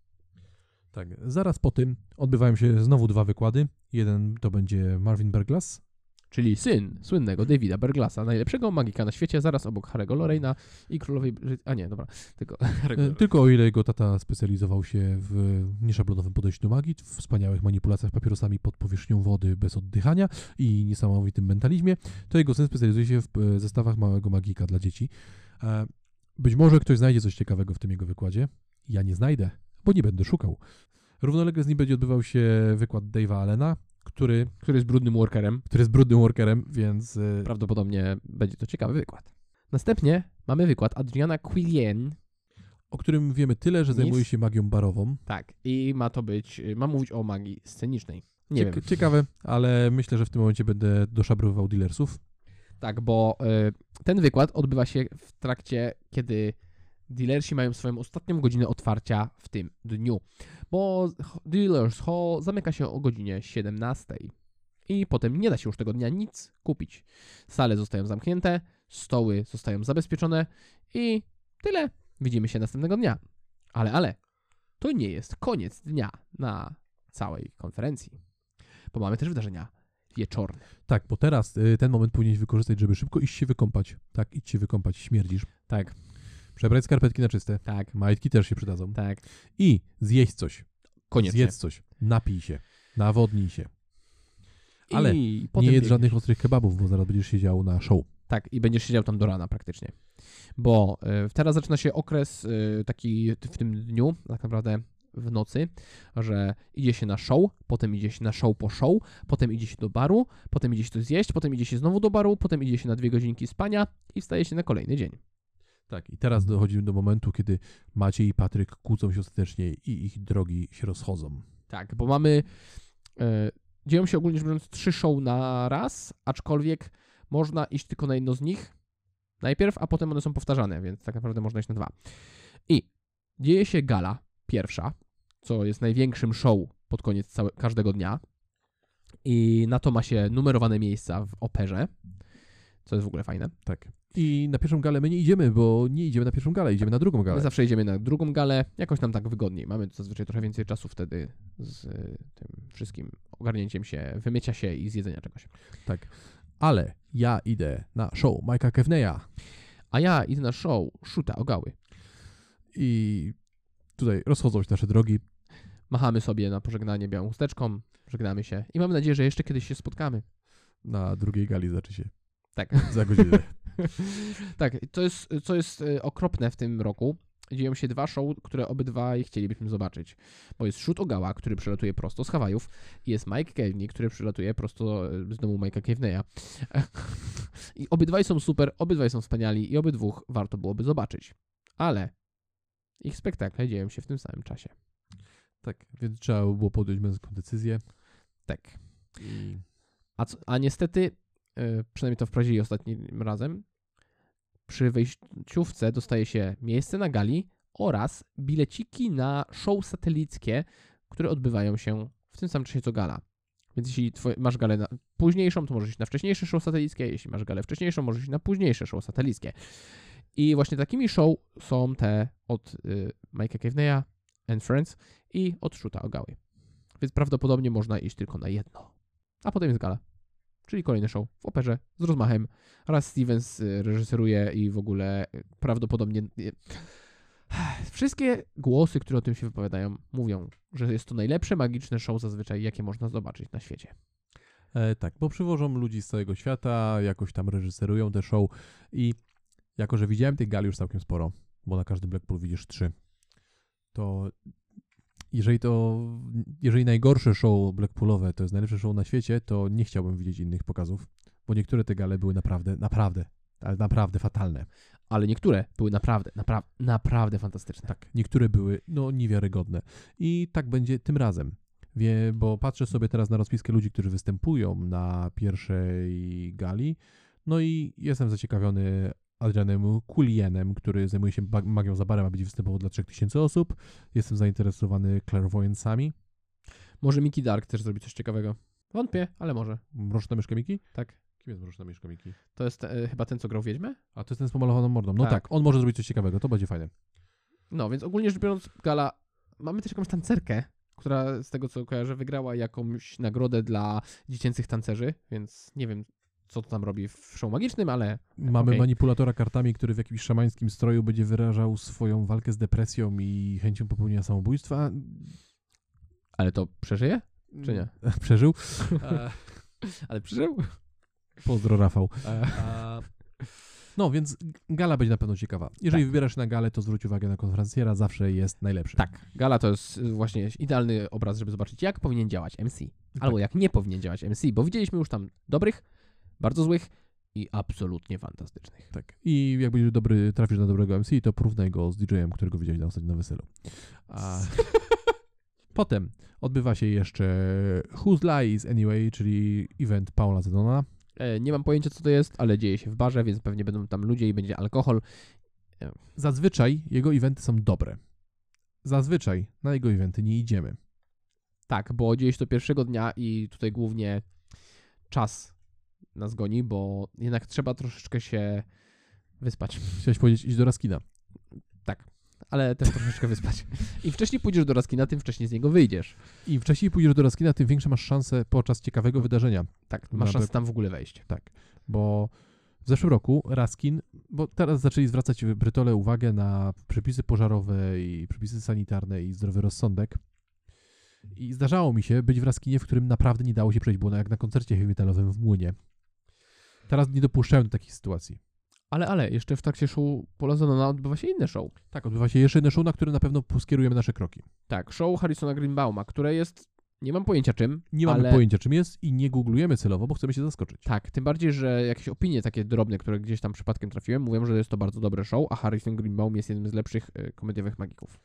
Tak, zaraz po tym odbywają się znowu dwa wykłady. Jeden to będzie Marvin Berglas, Czyli syn słynnego Davida Berglasa, najlepszego magika na świecie, zaraz obok Harry'ego Lorraina i królowej Bryt... A nie, dobra, tylko Harry'ego E, Tylko o ile jego tata specjalizował się w nieszablonowym podejściu do magii, w wspaniałych manipulacjach papierosami pod powierzchnią wody bez oddychania i niesamowitym mentalizmie, to jego syn specjalizuje się w e, zestawach małego magika dla dzieci. E, Być może ktoś znajdzie coś ciekawego w tym jego wykładzie. Ja nie znajdę, bo nie będę szukał. Równolegle z nim będzie odbywał się wykład Dave'a Allena, który, który jest brudnym workerem. który jest brudnym workerem, więc e, Prawdopodobnie będzie to ciekawy wykład. Następnie mamy wykład Adriana Quillien. o którym wiemy tyle, że Nic. zajmuje się magią barową. Tak, i ma to być, ma mówić o magii scenicznej. Nie Ciek- wiem. Ciekawe, ale myślę, że w tym momencie będę doszabrowywał dealersów. Tak, bo y, ten wykład odbywa się w trakcie, kiedy dealersi mają swoją ostatnią godzinę otwarcia w tym dniu. Bo Dealers Hall zamyka się o godzinie siedemnastej. I potem nie da się już tego dnia nic kupić. Sale zostają zamknięte, stoły zostają zabezpieczone i tyle. Widzimy się następnego dnia. Ale, ale, to nie jest koniec dnia na całej konferencji. Bo mamy też wydarzenia wieczorne. Tak, bo teraz y, ten moment powinieneś wykorzystać, żeby szybko iść się wykąpać. Tak, idź się wykąpać, śmierdzisz. Tak, Przebrać skarpetki na czyste. tak, Majtki też się przydadzą. tak. I zjeść coś. Koniecznie. Zjedz coś. Napij się. Nawodnij się. Ale I potem Nie jedz biegniesz. żadnych ostrych kebabów, bo zaraz będziesz siedział na show. Tak, i będziesz siedział tam do rana praktycznie. Bo y, teraz zaczyna się okres y, taki w tym dniu, tak naprawdę w nocy, że idzie się na show, potem idzie się na show po show, potem idzie się do baru, potem idzie się coś zjeść, potem idzie się znowu do baru, potem idzie się na dwie godzinki spania i wstaje się na kolejny dzień. Tak, i teraz dochodzimy do momentu, kiedy Maciej i Patryk kłócą się ostatecznie i ich drogi się rozchodzą. Tak, bo mamy... E, dzieją się ogólnie rzecz biorąc trzy show na raz, aczkolwiek można iść tylko na jedno z nich najpierw, a potem one są powtarzane, więc tak naprawdę można iść na dwa. I dzieje się gala pierwsza, co jest największym show pod koniec całe, każdego dnia. I na to ma się numerowane miejsca w operze, co jest w ogóle fajne. Tak. I na pierwszą galę my nie idziemy, bo nie idziemy na pierwszą galę, idziemy na drugą galę. My zawsze idziemy na drugą galę, jakoś nam tak wygodniej. Mamy zazwyczaj trochę więcej czasu wtedy z y, tym wszystkim ogarnięciem się, wymycia się i zjedzenia czegoś. Tak. Ale ja idę na show Mike'a Kevneya. A ja idę na show Shuta Ogały. I tutaj rozchodzą się nasze drogi. Machamy sobie na pożegnanie białą chusteczką, żegnamy się i mamy nadzieję, że jeszcze kiedyś się spotkamy. Na drugiej gali zacznie się. Tak. Za godzinę. Tak, to jest, co jest y, okropne w tym roku. Dzieją się dwa show, które obydwaj chcielibyśmy zobaczyć. Bo jest Shoot Ogawa, który przylatuje prosto z Hawajów i jest Mike Kevney, który przylatuje prosto z domu Mike'a Kevneya. I obydwaj są super, obydwaj są wspaniali i obydwóch warto byłoby zobaczyć. Ale ich spektakle dzieją się w tym samym czasie. Tak, więc trzeba było podjąć męską decyzję. Tak. I... A, co, a niestety, yy, przynajmniej to wprowadzili ostatnim razem, przy wejściówce dostaje się miejsce na gali oraz bileciki na show satelickie, które odbywają się w tym samym czasie co gala. Więc jeśli twoje, masz galę na późniejszą, to możesz iść na wcześniejsze show satelickie, jeśli masz galę wcześniejszą, możesz iść na późniejsze show satelickie. I właśnie takimi show są te od y, Mike'a Kevneya and Friends i od Shoota Ogały. Więc prawdopodobnie można iść tylko na jedno. A potem jest gala. Czyli kolejny show w operze z rozmachem. Raz Stevens reżyseruje i w ogóle prawdopodobnie... Wszystkie głosy, które o tym się wypowiadają, mówią, że jest to najlepsze magiczne show zazwyczaj, jakie można zobaczyć na świecie. E, tak, bo przywożą ludzi z całego świata, jakoś tam reżyserują te show i jako, że widziałem tych gali już całkiem sporo, bo na każdym Blackpool widzisz trzy, to jeżeli to, jeżeli najgorsze show Blackpoolowe to jest najlepsze show na świecie, to nie chciałbym widzieć innych pokazów, bo niektóre te gale były naprawdę, naprawdę, ale naprawdę fatalne. Ale niektóre były naprawdę, napra- naprawdę fantastyczne. Tak, niektóre były, no, niewiarygodne. I tak będzie tym razem. Wie, bo patrzę sobie teraz na rozpiskę ludzi, którzy występują na pierwszej gali, no i jestem zaciekawiony Adrianem Cullianem, który zajmuje się magią za barem, a będzie występował dla trzech tysięcy osób. Jestem zainteresowany clairvoyance'ami. Może Mickey Dark też zrobi coś ciekawego. Wątpię, ale może. Mroczna myszka Miki? Tak. Kim jest Mroczna myszka Miki? To jest e, chyba ten, co grał Wiedźmę? A to jest ten z pomalowaną mordą. No tak. Tak. tak, on może zrobić coś ciekawego, to będzie fajne. No, więc ogólnie rzecz biorąc, gala... Mamy też jakąś tancerkę, która z tego, co kojarzę, wygrała jakąś nagrodę dla dziecięcych tancerzy, więc nie wiem, co to tam robi w show magicznym, ale... Mamy okay. manipulatora kartami, który w jakimś szamańskim stroju będzie wyrażał swoją walkę z depresją i chęcią popełnienia samobójstwa. Ale to przeżyje? Czy nie? Przeżył. Ale przeżył? Pozdro, Rafał. A... No, więc gala będzie na pewno ciekawa. Jeżeli tak. wybierasz się na galę, to zwróć uwagę na konferencjera, zawsze jest najlepszy. Tak, gala to jest właśnie idealny obraz, żeby zobaczyć, jak powinien działać M C. Albo tak. jak nie powinien działać M C, bo widzieliśmy już tam dobrych, bardzo złych i absolutnie fantastycznych. Tak. I jak będziesz dobry, trafisz na dobrego M C, to porównaj go z D J-em, którego widziałeś na ostatnim na weselu. A... Potem odbywa się jeszcze Whose Lie Is Anyway, czyli event Paula Zedona. E, nie mam pojęcia, co to jest, ale dzieje się w barze, więc pewnie będą tam ludzie i będzie alkohol. E. Zazwyczaj jego eventy są dobre. Zazwyczaj na jego eventy nie idziemy. Tak, bo dzieje się to pierwszego dnia i tutaj głównie czas nas goni, bo jednak trzeba troszeczkę się wyspać. Chciałeś powiedzieć iść do Raskina. Tak, ale też troszeczkę wyspać. Im wcześniej pójdziesz do Raskina, tym wcześniej z niego wyjdziesz. Im wcześniej pójdziesz do Raskina, tym większe masz szanse podczas ciekawego wydarzenia. Tak, masz szansę tam w ogóle wejść. Tak, bo w zeszłym roku Raskin, bo teraz zaczęli zwracać w Brytole uwagę na przepisy pożarowe i przepisy sanitarne i zdrowy rozsądek. I zdarzało mi się być w Raskinie, w którym naprawdę nie dało się przejść, było jak na koncercie heavy metalowym w Młynie. Teraz nie dopuszczają do takich sytuacji. Ale, ale, jeszcze w trakcie show Paula Zenona odbywa się inne show. Tak, odbywa się jeszcze inne show, na które na pewno skierujemy nasze kroki. Tak, show Harrisona Greenbauma, które jest, nie mam pojęcia czym, Nie ale... mamy pojęcia czym jest i nie googlujemy celowo, bo chcemy się zaskoczyć. Tak, tym bardziej, że jakieś opinie takie drobne, które gdzieś tam przypadkiem trafiłem, mówią, że jest to bardzo dobre show, a Harrison Greenbaum jest jednym z lepszych y, komediowych magików.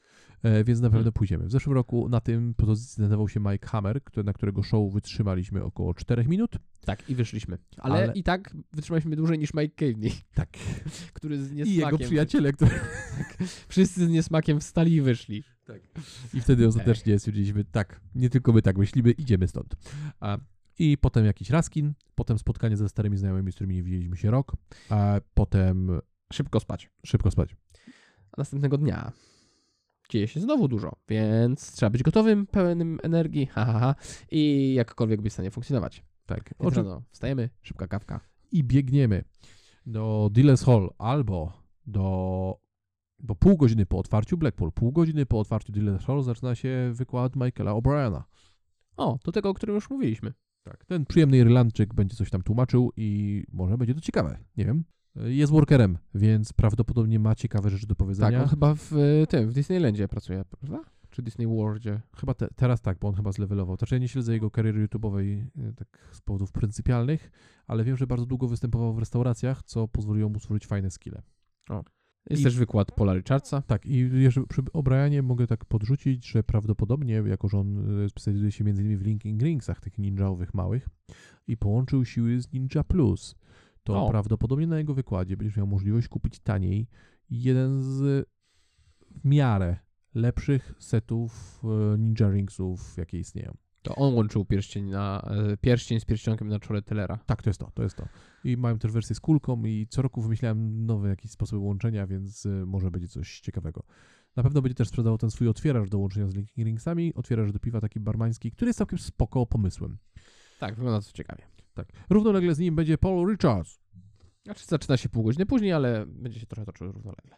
e, więc na pewno Hmm. pójdziemy. W zeszłym roku na tym pozycji znajdował się Mike Hammer, który, na którego show wytrzymaliśmy około czterech minut. Tak, i wyszliśmy. Ale, Ale- i tak wytrzymaliśmy dłużej niż Mike Caveney, Tak. który z I niesmakiem... jego przyjaciele, które... Wszyscy z niesmakiem wstali i wyszli. I wtedy ostatecznie stwierdziliśmy, tak, nie tylko my tak myślimy, idziemy stąd. A, I potem jakiś Raskin, potem spotkanie ze starymi znajomymi, z którymi nie widzieliśmy się rok, a potem Szybko spać. szybko spać. A następnego dnia dzieje się znowu dużo, więc trzeba być gotowym, pełnym energii, ha, ha, ha, i jakkolwiek być w stanie funkcjonować. Tak. Więc Oczy... rano wstajemy, szybka kawka. I biegniemy do Dealers Hall albo do... Bo pół godziny po otwarciu Blackpool, pół godziny po otwarciu Dealers Hall zaczyna się wykład Michaela O'Briena. O, do tego, o którym już mówiliśmy. Tak. Ten przyjemny Irlandczyk będzie coś tam tłumaczył i może będzie to ciekawe. Nie wiem. Jest workerem, więc prawdopodobnie ma ciekawe rzeczy do Tak, powiedzenia. on chyba w y, tym, w Disneylandzie pracuje, prawda? Czy Disney Worldzie? Chyba te, teraz tak, bo on chyba zlevelował. Znaczy ja nie śledzę jego kariery YouTube'owej e, tak z powodów pryncypialnych, ale wiem, że bardzo długo występował w restauracjach, co pozwoliło mu stworzyć fajne skille. Jest I- też wykład Paula Richardsa. Tak, i jeżeli przy O'Brienie mogę tak podrzucić, że prawdopodobnie, jako że on e, specjalizuje się między innymi w Linking Ringsach, tych ninjaowych małych, i połączył siły z Ninja Plus, to O. prawdopodobnie na jego wykładzie będziesz miał możliwość kupić taniej jeden z w miarę lepszych setów e, Ninja Ringsów, jakie istnieją. To on łączył pierścień, na, e, pierścień z pierścionkiem na czole Tellera. Tak, to jest to, to jest to. I mają też wersję z kulką i co roku wymyślałem nowe jakieś sposoby łączenia, więc y, może będzie coś ciekawego. Na pewno będzie też sprzedawał ten swój otwieracz do łączenia z Linking Ringsami, otwieracz do piwa taki barmański, który jest całkiem spoko pomysłem. Tak, wygląda to ciekawie. Tak. Równolegle z nim będzie Paul Richards. Znaczy zaczyna się pół godziny później, ale będzie się trochę toczył równolegle.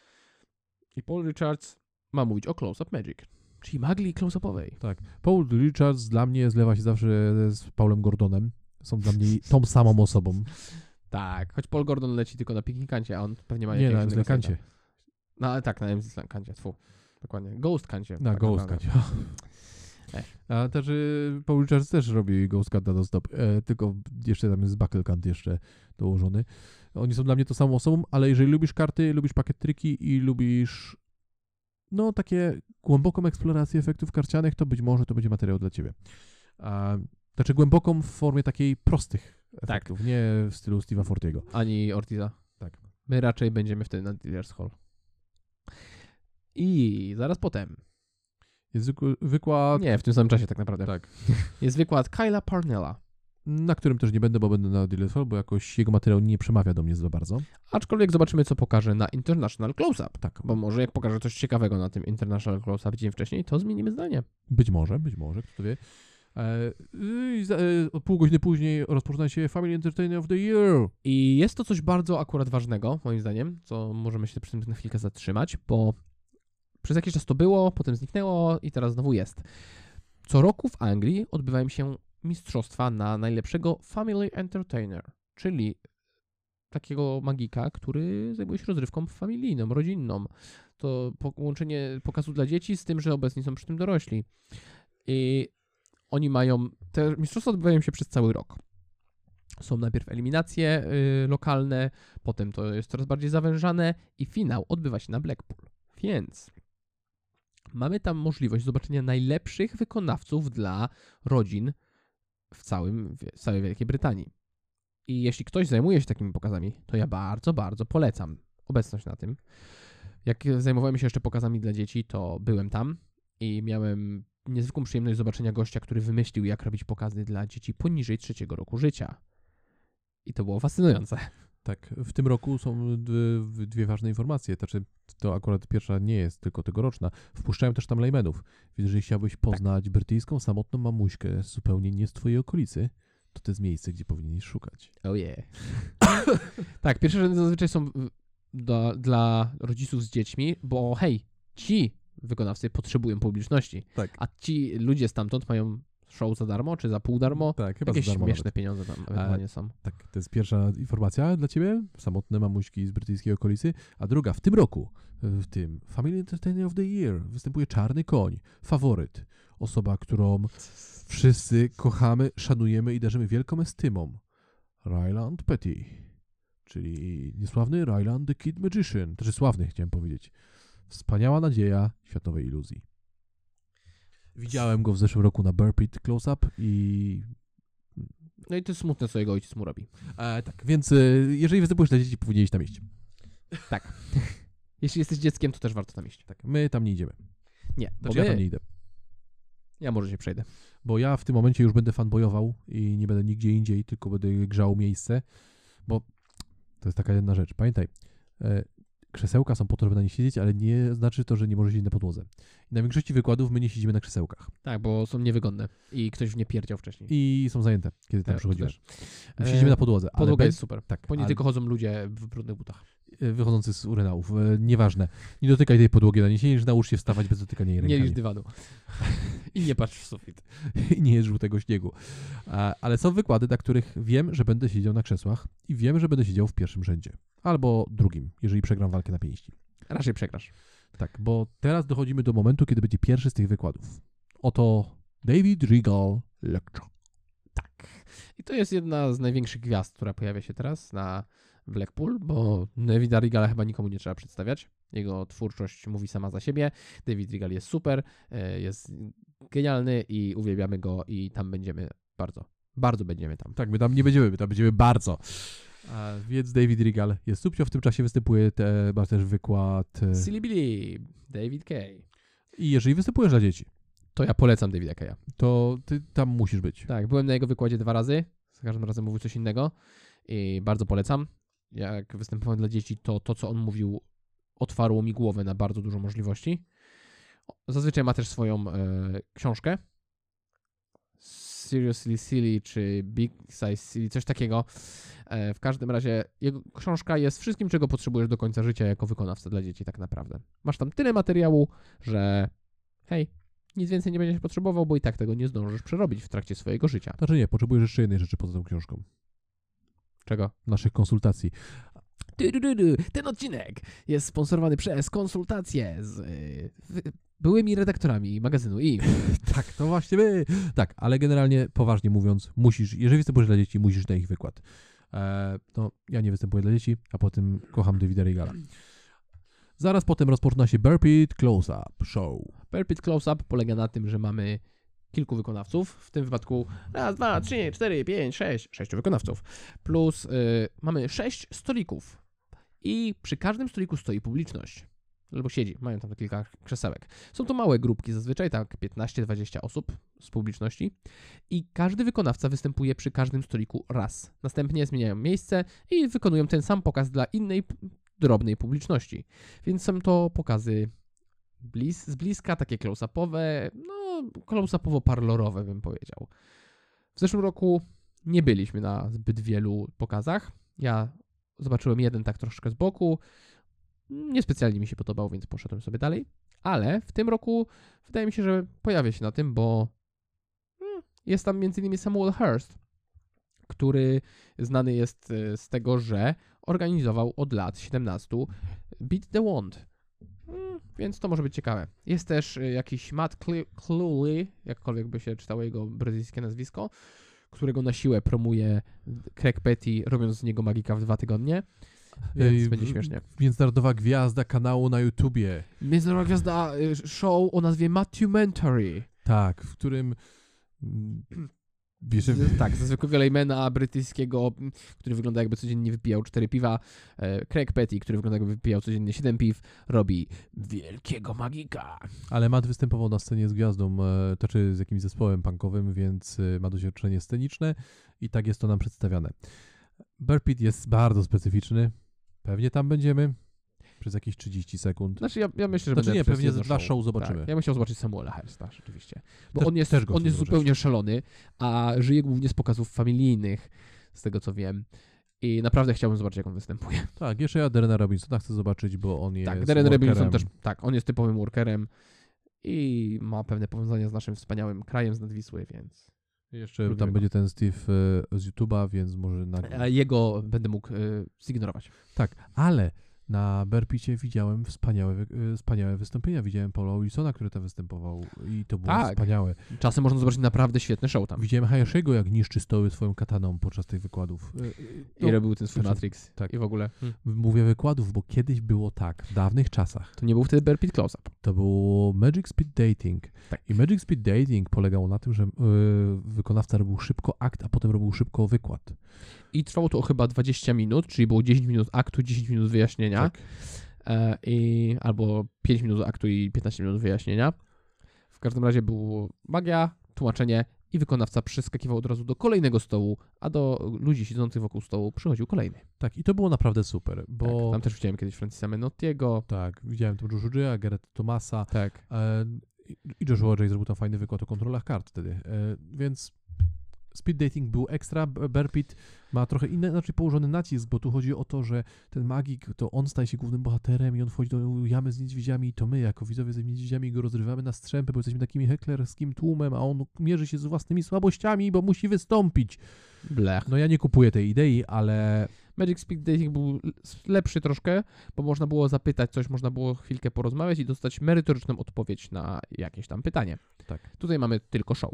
I Paul Richards ma mówić o Close-Up Magic, czyli magii close-upowej. Tak. Paul Richards dla mnie zlewa się zawsze z Paulem Gordonem. Są dla mnie tą samą osobą. Tak, choć Paul Gordon leci tylko na Picnic-kancie, a on pewnie ma Nie, jakiegoś na innego Zlekancie. seta. No ale tak, na M Z kancie, tfu. Dokładnie. Ghost kancie. Na tak Ghost naprawdę. Kancie. Ech. A też y, Paul Richards też robi Ghost Kanta do stop, e, tylko jeszcze tam jest Buckle Kant jeszcze dołożony. Oni są dla mnie tą samą osobą, ale jeżeli lubisz karty, lubisz pakiet triki i lubisz no takie głęboką eksplorację efektów karcianych, to być może to będzie materiał dla ciebie. A, znaczy głęboką w formie takiej prostych efektów, nie w stylu Steve'a Fortiego. Ani Ortiza. Tak. My raczej będziemy wtedy na Dealers Hall. I zaraz potem. Jest zwykły wykład, Nie, w tym samym czasie tak naprawdę. Tak. Jest wykład Kyla Parnella. na którym też nie będę, bo będę na Dealers Hall, bo jakoś jego materiał nie przemawia do mnie za bardzo. Aczkolwiek zobaczymy, co pokaże na International Close-Up. Tak, Bo może jak pokaże coś ciekawego na tym International Close-Up dzień wcześniej, to zmienimy zdanie. być może, być może, kto wie. E, i za, e, pół godziny później rozpoczyna się Family Entertainer of the Year. I jest to coś bardzo akurat ważnego, moim zdaniem, co możemy się przy tym na chwilkę zatrzymać, bo przez jakiś czas to było, potem zniknęło i teraz znowu jest. Co roku w Anglii odbywają się mistrzostwa na najlepszego Family Entertainer, czyli takiego magika, który zajmuje się rozrywką familijną, rodzinną. To połączenie pokazu dla dzieci z tym, że obecni są przy tym dorośli. I oni mają, te mistrzostwa odbywają się przez cały rok. Są najpierw eliminacje y, lokalne, potem to jest coraz bardziej zawężane i finał odbywa się na Blackpool. Więc mamy tam możliwość zobaczenia najlepszych wykonawców dla rodzin w, całym, w całej Wielkiej Brytanii. I jeśli ktoś zajmuje się takimi pokazami, to ja bardzo, bardzo polecam obecność na tym. Jak zajmowałem się jeszcze pokazami dla dzieci, to byłem tam i miałem niezwykłą przyjemność zobaczenia gościa, który wymyślił, jak robić pokazy dla dzieci poniżej trzeciego roku życia. I to było fascynujące. Tak, w tym roku są dwie, dwie ważne informacje. Znaczy, to akurat pierwsza nie jest tylko tegoroczna. Wpuszczają też tam laymenów. Więc jeżeli chciałbyś poznać tak. brytyjską samotną mamuśkę zupełnie nie z twojej okolicy, to to jest miejsce, gdzie powinieneś szukać. Oh yeah. Tak, pierwsze rzędy zazwyczaj są do, dla rodziców z dziećmi, bo hej, ci wykonawcy potrzebują publiczności, Tak. a ci ludzie stamtąd mają show za darmo, czy za pół darmo. Tak, chyba Jakieś za darmo śmieszne nawet. pieniądze tam ewentualnie są. Tak, to jest pierwsza informacja dla ciebie, samotne mamuśki z brytyjskiej okolicy, a druga, w tym roku, w tym Family Entertainer of the Year występuje Czarny Koń, faworyt, osoba, którą wszyscy kochamy, szanujemy i darzymy wielką estymą. Ryland Petty, czyli niesławny Ryland the Kid Magician, znaczy sławny chciałem powiedzieć. Wspaniała nadzieja światowej iluzji. Widziałem go w zeszłym roku na Burr Pit Close-Up i... No i to jest smutne, co jego ojciec mu robi. E, tak, więc e, jeżeli występujesz dla dzieci, powinieneś tam iść. Tak. Jeśli jesteś dzieckiem, to też warto tam iść. Tak, my tam nie idziemy. Nie, bo Znaczy my... ja tam nie idę. Ja może się przejdę. Bo ja w tym momencie już będę fanboyował i nie będę nigdzie indziej, tylko będę grzał miejsce, bo to jest taka jedna rzecz. Pamiętaj, e, krzesełka są po to, żeby na nich siedzieć, ale nie znaczy to, że nie możesz siedzieć na podłodze. I na większości wykładów my nie siedzimy na krzesełkach. Tak, bo są niewygodne i ktoś w nie pierdział wcześniej. I są zajęte, kiedy tam Tak, przychodziłem. też. My E, siedzimy na podłodze. ale Podłoga bez- jest super. Tak, Po niej ale- tylko chodzą ludzie w brudnych butach. e, wychodzący z urenałów. E, nieważne. Nie dotykaj tej podłogi na niesienie, naucz się wstawać bez dotykania jej Nie rękami. liż dywanu. I nie patrz w sufit. I nie jest żółtego śniegu. A, ale są wykłady, na których wiem, że będę siedział na krzesłach i wiem, że będę siedział w pierwszym rzędzie. Albo drugim, jeżeli przegram walkę na pięści. Raczej przegrasz. Tak, bo teraz dochodzimy do momentu, kiedy będzie pierwszy z tych wykładów. Oto David Regal Lecture. Tak. I to jest jedna z największych gwiazd, która pojawia się teraz na Blackpool, bo Davida Regala chyba nikomu nie trzeba przedstawiać. Jego twórczość mówi sama za siebie. David Regal jest super, e, jest genialny i uwielbiamy go i tam będziemy bardzo, bardzo będziemy tam. Tak, my tam nie będziemy, my tam będziemy bardzo. A więc David Regal jest subcio, w tym czasie występuje, te, ma też wykład. e, Silly Billy, David Kay. I jeżeli występujesz dla dzieci, To ja polecam Davida Kaya. to ty tam musisz być. Tak, byłem na jego wykładzie dwa razy. Za każdym razem mówił coś innego i bardzo polecam. Jak występował dla dzieci, to to, co on mówił, otwarło mi głowę na bardzo dużo możliwości. Zazwyczaj ma też swoją e, książkę. Seriously Silly czy Big Size Silly, coś takiego. E, w każdym razie jego książka jest wszystkim, czego potrzebujesz do końca życia jako wykonawca dla dzieci tak naprawdę. Masz tam tyle materiału, że hej, nic więcej nie będziesz potrzebował, bo i tak tego nie zdążysz przerobić w trakcie swojego życia. Znaczy nie, potrzebujesz jeszcze jednej rzeczy poza tą książką. Czego? Naszych konsultacji. Du, du, du, du. Ten odcinek jest sponsorowany przez konsultacje z y, wy- byłymi redaktorami magazynu i Tak, to właśnie my. Tak, ale generalnie, poważnie mówiąc, musisz, jeżeli występujesz dla dzieci, musisz na ich wykład. E, no, ja nie występuję dla dzieci, a potem kocham Davida Regala. Zaraz potem rozpoczyna się Burr Pit Close-Up Show. Burr Pit Close-Up polega na tym, że mamy kilku wykonawców, w tym wypadku raz, dwa, trzy, cztery, pięć, sześć, sześciu wykonawców, plus y, mamy sześć stolików i przy każdym stoliku stoi publiczność, albo siedzi, mają tam kilka krzesełek. Są to małe grupki, zazwyczaj tak piętnaście dwadzieścia osób z publiczności i każdy wykonawca występuje przy każdym stoliku raz. Następnie zmieniają miejsce i wykonują ten sam pokaz dla innej p- drobnej publiczności. Więc są to pokazy blis- z bliska, takie close-upowe, no close-upowo-parlorowe bym powiedział. W zeszłym roku nie byliśmy na zbyt wielu pokazach. Ja zobaczyłem jeden tak troszkę z boku. Niespecjalnie mi się podobał, więc poszedłem sobie dalej. Ale w tym roku wydaje mi się, że pojawię się na tym, bo hmm, jest tam między innymi Samuel Hurst, który znany jest e, z tego, że organizował od lat siedemnastu Beat the Wand. Hmm, więc to może być ciekawe. Jest też e, jakiś Matt Cle- Cluley, jakkolwiek by się czytało jego brytyjskie nazwisko, którego na siłę promuje Craig Petty, robiąc z niego magika w dwa tygodnie. Więc Ej, będzie w- śmiesznie. Międzynarodowa gwiazda kanału na YouTubie. Międzynarodowa gwiazda y, show o nazwie Matthew-mentary. Tak, w którym mm, bierze... Z, tak, ze zwykłego laymana brytyjskiego, m, który wygląda jakby codziennie wypijał cztery piwa. E, Craig Petty, który wygląda jakby wypijał codziennie siedem piw, robi wielkiego magika. Ale Matt występował na scenie z gwiazdą, e, to czy z jakimś zespołem punkowym, więc e, ma doświadczenie sceniczne i tak jest to nam przedstawiane. Burr Pit jest bardzo specyficzny. Pewnie tam będziemy przez jakieś trzydzieści sekund. Znaczy ja, ja myślę, że Znaczy będę nie, przez pewnie jedno za dwa show zobaczymy. Tak, ja bym chciał zobaczyć Samuela Hursta rzeczywiście. Bo Też- on jest, też go on chcę jest zobaczyć. zupełnie szalony, a żyje głównie z pokazów familijnych, z tego co wiem. I naprawdę chciałbym zobaczyć, jak on występuje. Tak, jeszcze ja Darrena Robinsona chcę zobaczyć, bo on jest Tak, Darren Robinson workerem. też, tak, on jest typowym workerem i ma pewne powiązania z naszym wspaniałym krajem z Nadwisły, więc Jeszcze Lubimy tam go. będzie ten Steve e, z YouTube'a, więc może na... a jego będę mógł y, zignorować. Tak, ale Na Bearpicie widziałem wspaniałe, wy- wspaniałe wystąpienia. Widziałem Paula Wilsona, który tam występował i to było Tak. wspaniałe. Czasem można zobaczyć naprawdę świetny show tam. Widziałem Hayashiego, jak niszczy stoły swoją kataną podczas tych wykładów. I No, robił ten swój znaczy, Matrix. tak. I w ogóle. Hmm. Mówię wykładów, bo kiedyś było tak, w dawnych czasach. To nie był wtedy Bear Pit Close-Up. To było Magic Speed Dating. Tak. I Magic Speed Dating polegało na tym, że yy, wykonawca robił szybko akt, a potem robił szybko wykład. I trwało to chyba dwadzieścia minut, czyli było dziesięć minut aktu, dziesięć minut wyjaśnienia. Tak. E, i, albo pięć minut aktu i piętnaście minut wyjaśnienia. W każdym razie było magia, tłumaczenie i wykonawca przeskakiwał od razu do kolejnego stołu, a do ludzi siedzących wokół stołu przychodził kolejny. Tak, i to było naprawdę super, bo... Tak, tam też widziałem kiedyś Francisa Menottiego. Tak, widziałem tam Joshua Garrett Thomasa Tak. e, i Joshua J. zrobił tam fajny wykład o kontrolach kart wtedy, e, więc speed dating był ekstra. Bear Pit ma trochę inny, inaczej położony nacisk, bo tu chodzi o to, że ten magik, to on staje się głównym bohaterem i on wchodzi do jamy z niedźwiedziami i to my jako widzowie z niedźwiedziami go rozrywamy na strzępy, bo jesteśmy takimi heklerskim tłumem, a on mierzy się z własnymi słabościami, bo musi wystąpić. Blech. No ja nie kupuję tej idei, ale... Magic Speed Dating był lepszy troszkę, bo można było zapytać coś, można było chwilkę porozmawiać i dostać merytoryczną odpowiedź na jakieś tam pytanie. Tak. Tutaj mamy tylko show.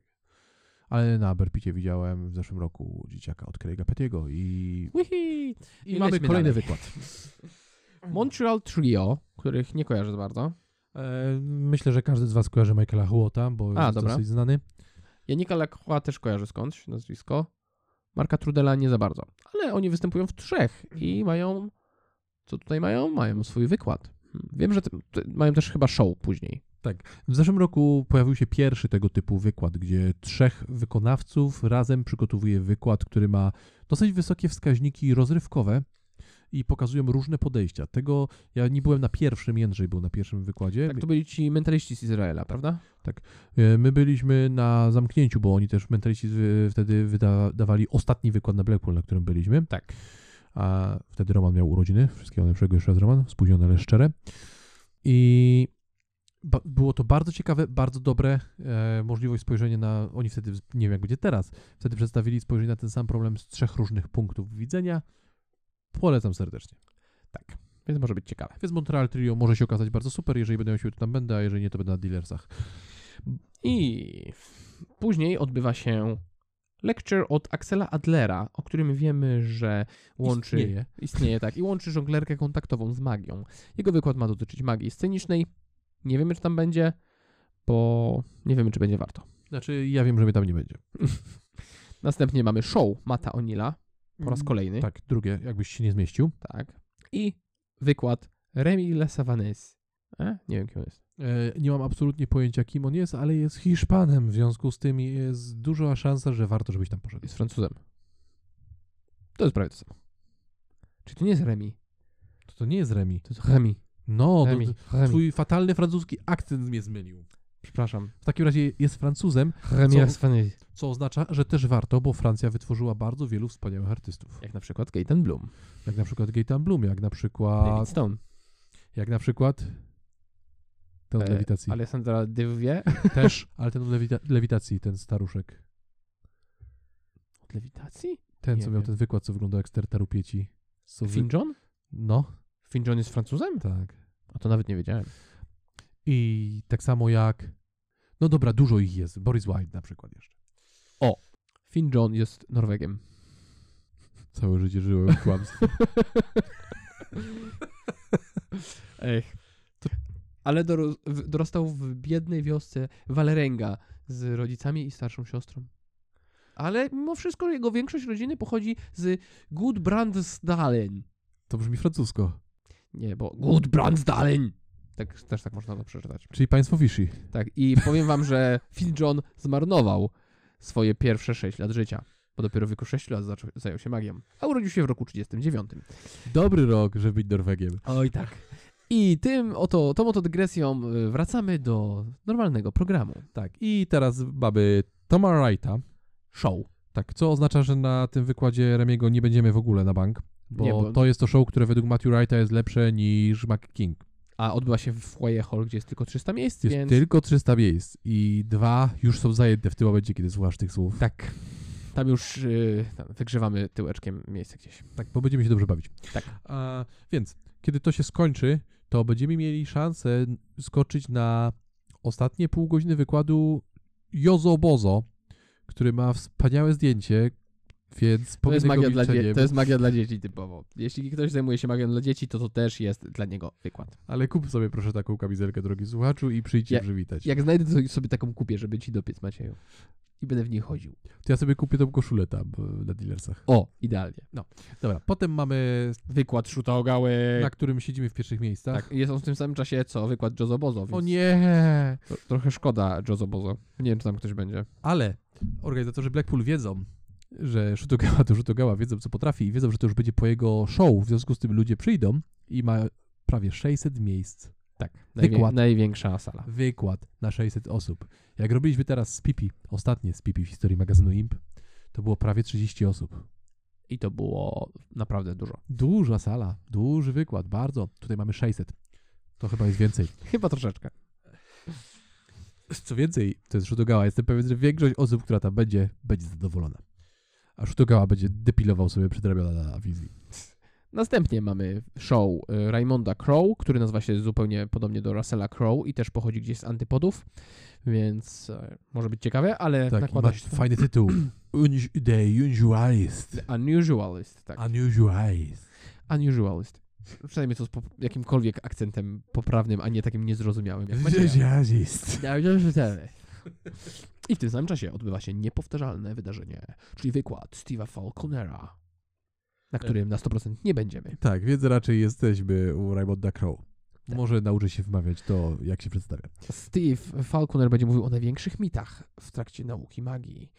Ale na Bearpicie widziałem w zeszłym roku dzieciaka od Craiga Pettiego i... Wihi! I, I mamy lećmy kolejny dalej. wykład. Montreal Trio, których nie kojarzę za bardzo. E, myślę, że każdy z was kojarzy Michaela Huota, bo A, jest dobra. dosyć znany. Janika Lacroix też kojarzę skądś nazwisko. Marka Trudela nie za bardzo. Ale oni występują w trzech i mają... Co tutaj mają? Mają swój wykład. Hmm. Wiem, że te, te mają też chyba show później. W zeszłym roku pojawił się pierwszy tego typu wykład, gdzie trzech wykonawców razem przygotowuje wykład, który ma dosyć wysokie wskaźniki rozrywkowe i pokazują różne podejścia. Tego ja nie byłem na pierwszym, Jędrzej był na pierwszym wykładzie. Tak, to byli ci mentaliści z Izraela, prawda? E, My byliśmy na zamknięciu, bo oni też mentaliści wy- wtedy wyda- dawali ostatni wykład na Blackpool, na którym byliśmy. Tak. A wtedy Roman miał urodziny. Wszystkiego najlepszego jeszcze raz, Roman. Spóźnione, ale szczere. I ba- było to bardzo ciekawe, bardzo dobre. E, możliwość spojrzenia na... Oni wtedy, nie wiem jak będzie teraz, wtedy przedstawili spojrzenie na ten sam problem z trzech różnych punktów widzenia. Polecam serdecznie. Tak. Więc może być ciekawe. Więc Montreal Trio może się okazać bardzo super. Jeżeli będę miał siłę, to tam będę, a jeżeli nie, to będę na dealersach. I później odbywa się lecture od Axela Adlera, o którym wiemy, że łączy... Istnieje. Istnieje, tak. I łączy żonglerkę kontaktową z magią. Jego wykład ma dotyczyć magii scenicznej. Nie wiemy, czy tam będzie, bo nie wiemy, czy będzie warto. Znaczy, ja wiem, że mnie tam nie będzie. Następnie mamy show Matta O'Neilla po raz kolejny. Tak, drugie, jakbyś się nie zmieścił. Tak. I wykład Remy Le Savanes. E? Nie wiem, kim on jest. E, nie mam absolutnie pojęcia, kim on jest, ale jest Hiszpanem. W związku z tym jest duża szansa, że warto, żebyś tam poszedł. Jest Francuzem. To jest prawie to samo. Czyli to nie jest Remy. To, to nie jest Remi. To jest Remy. No, Remy. to, Remy. twój fatalny francuski akcent mnie zmylił. Przepraszam. W takim razie jest Francuzem, Remy Co? Le Savanes. co oznacza, że też warto, bo Francja wytworzyła bardzo wielu wspaniałych artystów. Jak na przykład Gaten Bloom. Jak na przykład Gaetan Bloom, jak na David przykład... Stone. Jak na przykład... Ten od E, lewitacji. Alessandra Devivier. Też, ale ten od lewita- lewitacji, ten staruszek. Od lewitacji? Ten, Nie co miał wiem. ten wykład, co wyglądał jak sterta rupieci. Co wy- Finn John? No, Finn John jest Francuzem? tak. A to nawet nie wiedziałem. I tak samo jak... No dobra, dużo ich jest. Boris Wilde na przykład jeszcze. Finn John jest Norwegiem. Całe życie żyłem w kłamstwie. Ech. To, ale doro, w, dorastał w biednej wiosce Valerenga z rodzicami i starszą siostrą. Ale mimo wszystko jego większość rodziny pochodzi z Gudbrandsdalen. To brzmi francusko. Nie, bo Gudbrandsdalen. Tak, też tak można to przeczytać. Czyli państwo Vichy. Tak, i powiem wam, że Finn John zmarnował swoje pierwsze sześć lat życia, bo dopiero w wieku sześciu lat zaczął, zajął się magią, a urodził się w roku trzydziestym dziewiątym. Dobry rok, żeby być Norwegiem. Oj tak. I tym oto, tą oto dygresją y, wracamy do normalnego programu. Tak, i teraz mamy Toma Wrighta. Show. Tak, co oznacza, że na tym wykładzie Remiego nie będziemy w ogóle na bank, bo, Nie, bo- to jest to show, które według Matthew Wrighta jest lepsze niż McKing. A odbywa się w Foyer Hall, gdzie jest tylko trzysta miejsc, Jest więc... tylko trzysta miejsc i dwa już są zajęte w tym momencie, kiedy słuchasz tych słów. Tak. Tam już y, tam wygrzewamy tyłeczkiem miejsce gdzieś. Tak, bo będziemy się dobrze bawić. Tak. A, więc kiedy to się skończy, to będziemy mieli szansę skoczyć na ostatnie pół godziny wykładu Jozo Bozo, który ma wspaniałe zdjęcie, więc To jest, pominę magia go dla dzie- milczeniem. to jest magia dla dzieci typowo. Jeśli ktoś zajmuje się magią dla dzieci, to to też jest dla niego wykład. Ale kup sobie proszę taką kamizelkę, drogi słuchaczu, i przyjdźcie Ja- przywitać. Jak znajdę, to sobie taką kupię, żeby ci dopiec, Macieju. I będę w niej chodził. To ja sobie kupię tą koszulę tam e, na dealersach. O, idealnie. No, dobra. Potem mamy, Wykład Szutogały. na którym siedzimy w pierwszych miejscach. Tak, jest on w tym samym czasie, co wykład Jozo Bozo, więc O nie! to, trochę szkoda Jozo Bozo. Nie wiem, czy tam ktoś będzie. Ale organizatorzy Blackpool wiedzą, że Shutogawa to Shutogawa, wiedzą co potrafi i wiedzą, że to już będzie po jego show, w związku z tym ludzie przyjdą i ma prawie sześćset miejsc. Tak, Wykład. najwię- największa sala. Wykład na sześćset osób. Jak robiliśmy teraz z Pipi, ostatnie z Pipi w historii magazynu Imp, to było prawie trzydzieści osób. I to było naprawdę dużo. Duża sala, duży wykład, bardzo. Tutaj mamy sześćset. To chyba jest więcej. Chyba troszeczkę. Co więcej, to jest Shutogawa. Jestem pewien, że większość osób, która tam będzie, będzie zadowolona. A Shutogawa będzie depilował sobie przedramiona na wizji. Następnie mamy show y, Raymonda Crow, który nazywa się zupełnie podobnie do Russella Crowe i też pochodzi gdzieś z Antypodów, więc e, może być ciekawe, ale Tak, nakłada ma się... fajny tytuł. Unj- The Unusualist. The Unusualist, tak. Unusualist. Unusualist. Przynajmniej to z pop- jakimkolwiek akcentem poprawnym, a nie takim niezrozumiałym jak Macieja. Unusualist. I w tym samym czasie odbywa się niepowtarzalne wydarzenie, czyli wykład Steve'a Falconera, na którym na sto procent nie będziemy. Tak, więc raczej jesteśmy u Raymonda Crow. Tak. Może nauczy się wymawiać to, jak się przedstawia. Steve Falconer będzie mówił o największych mitach w trakcie nauki magii,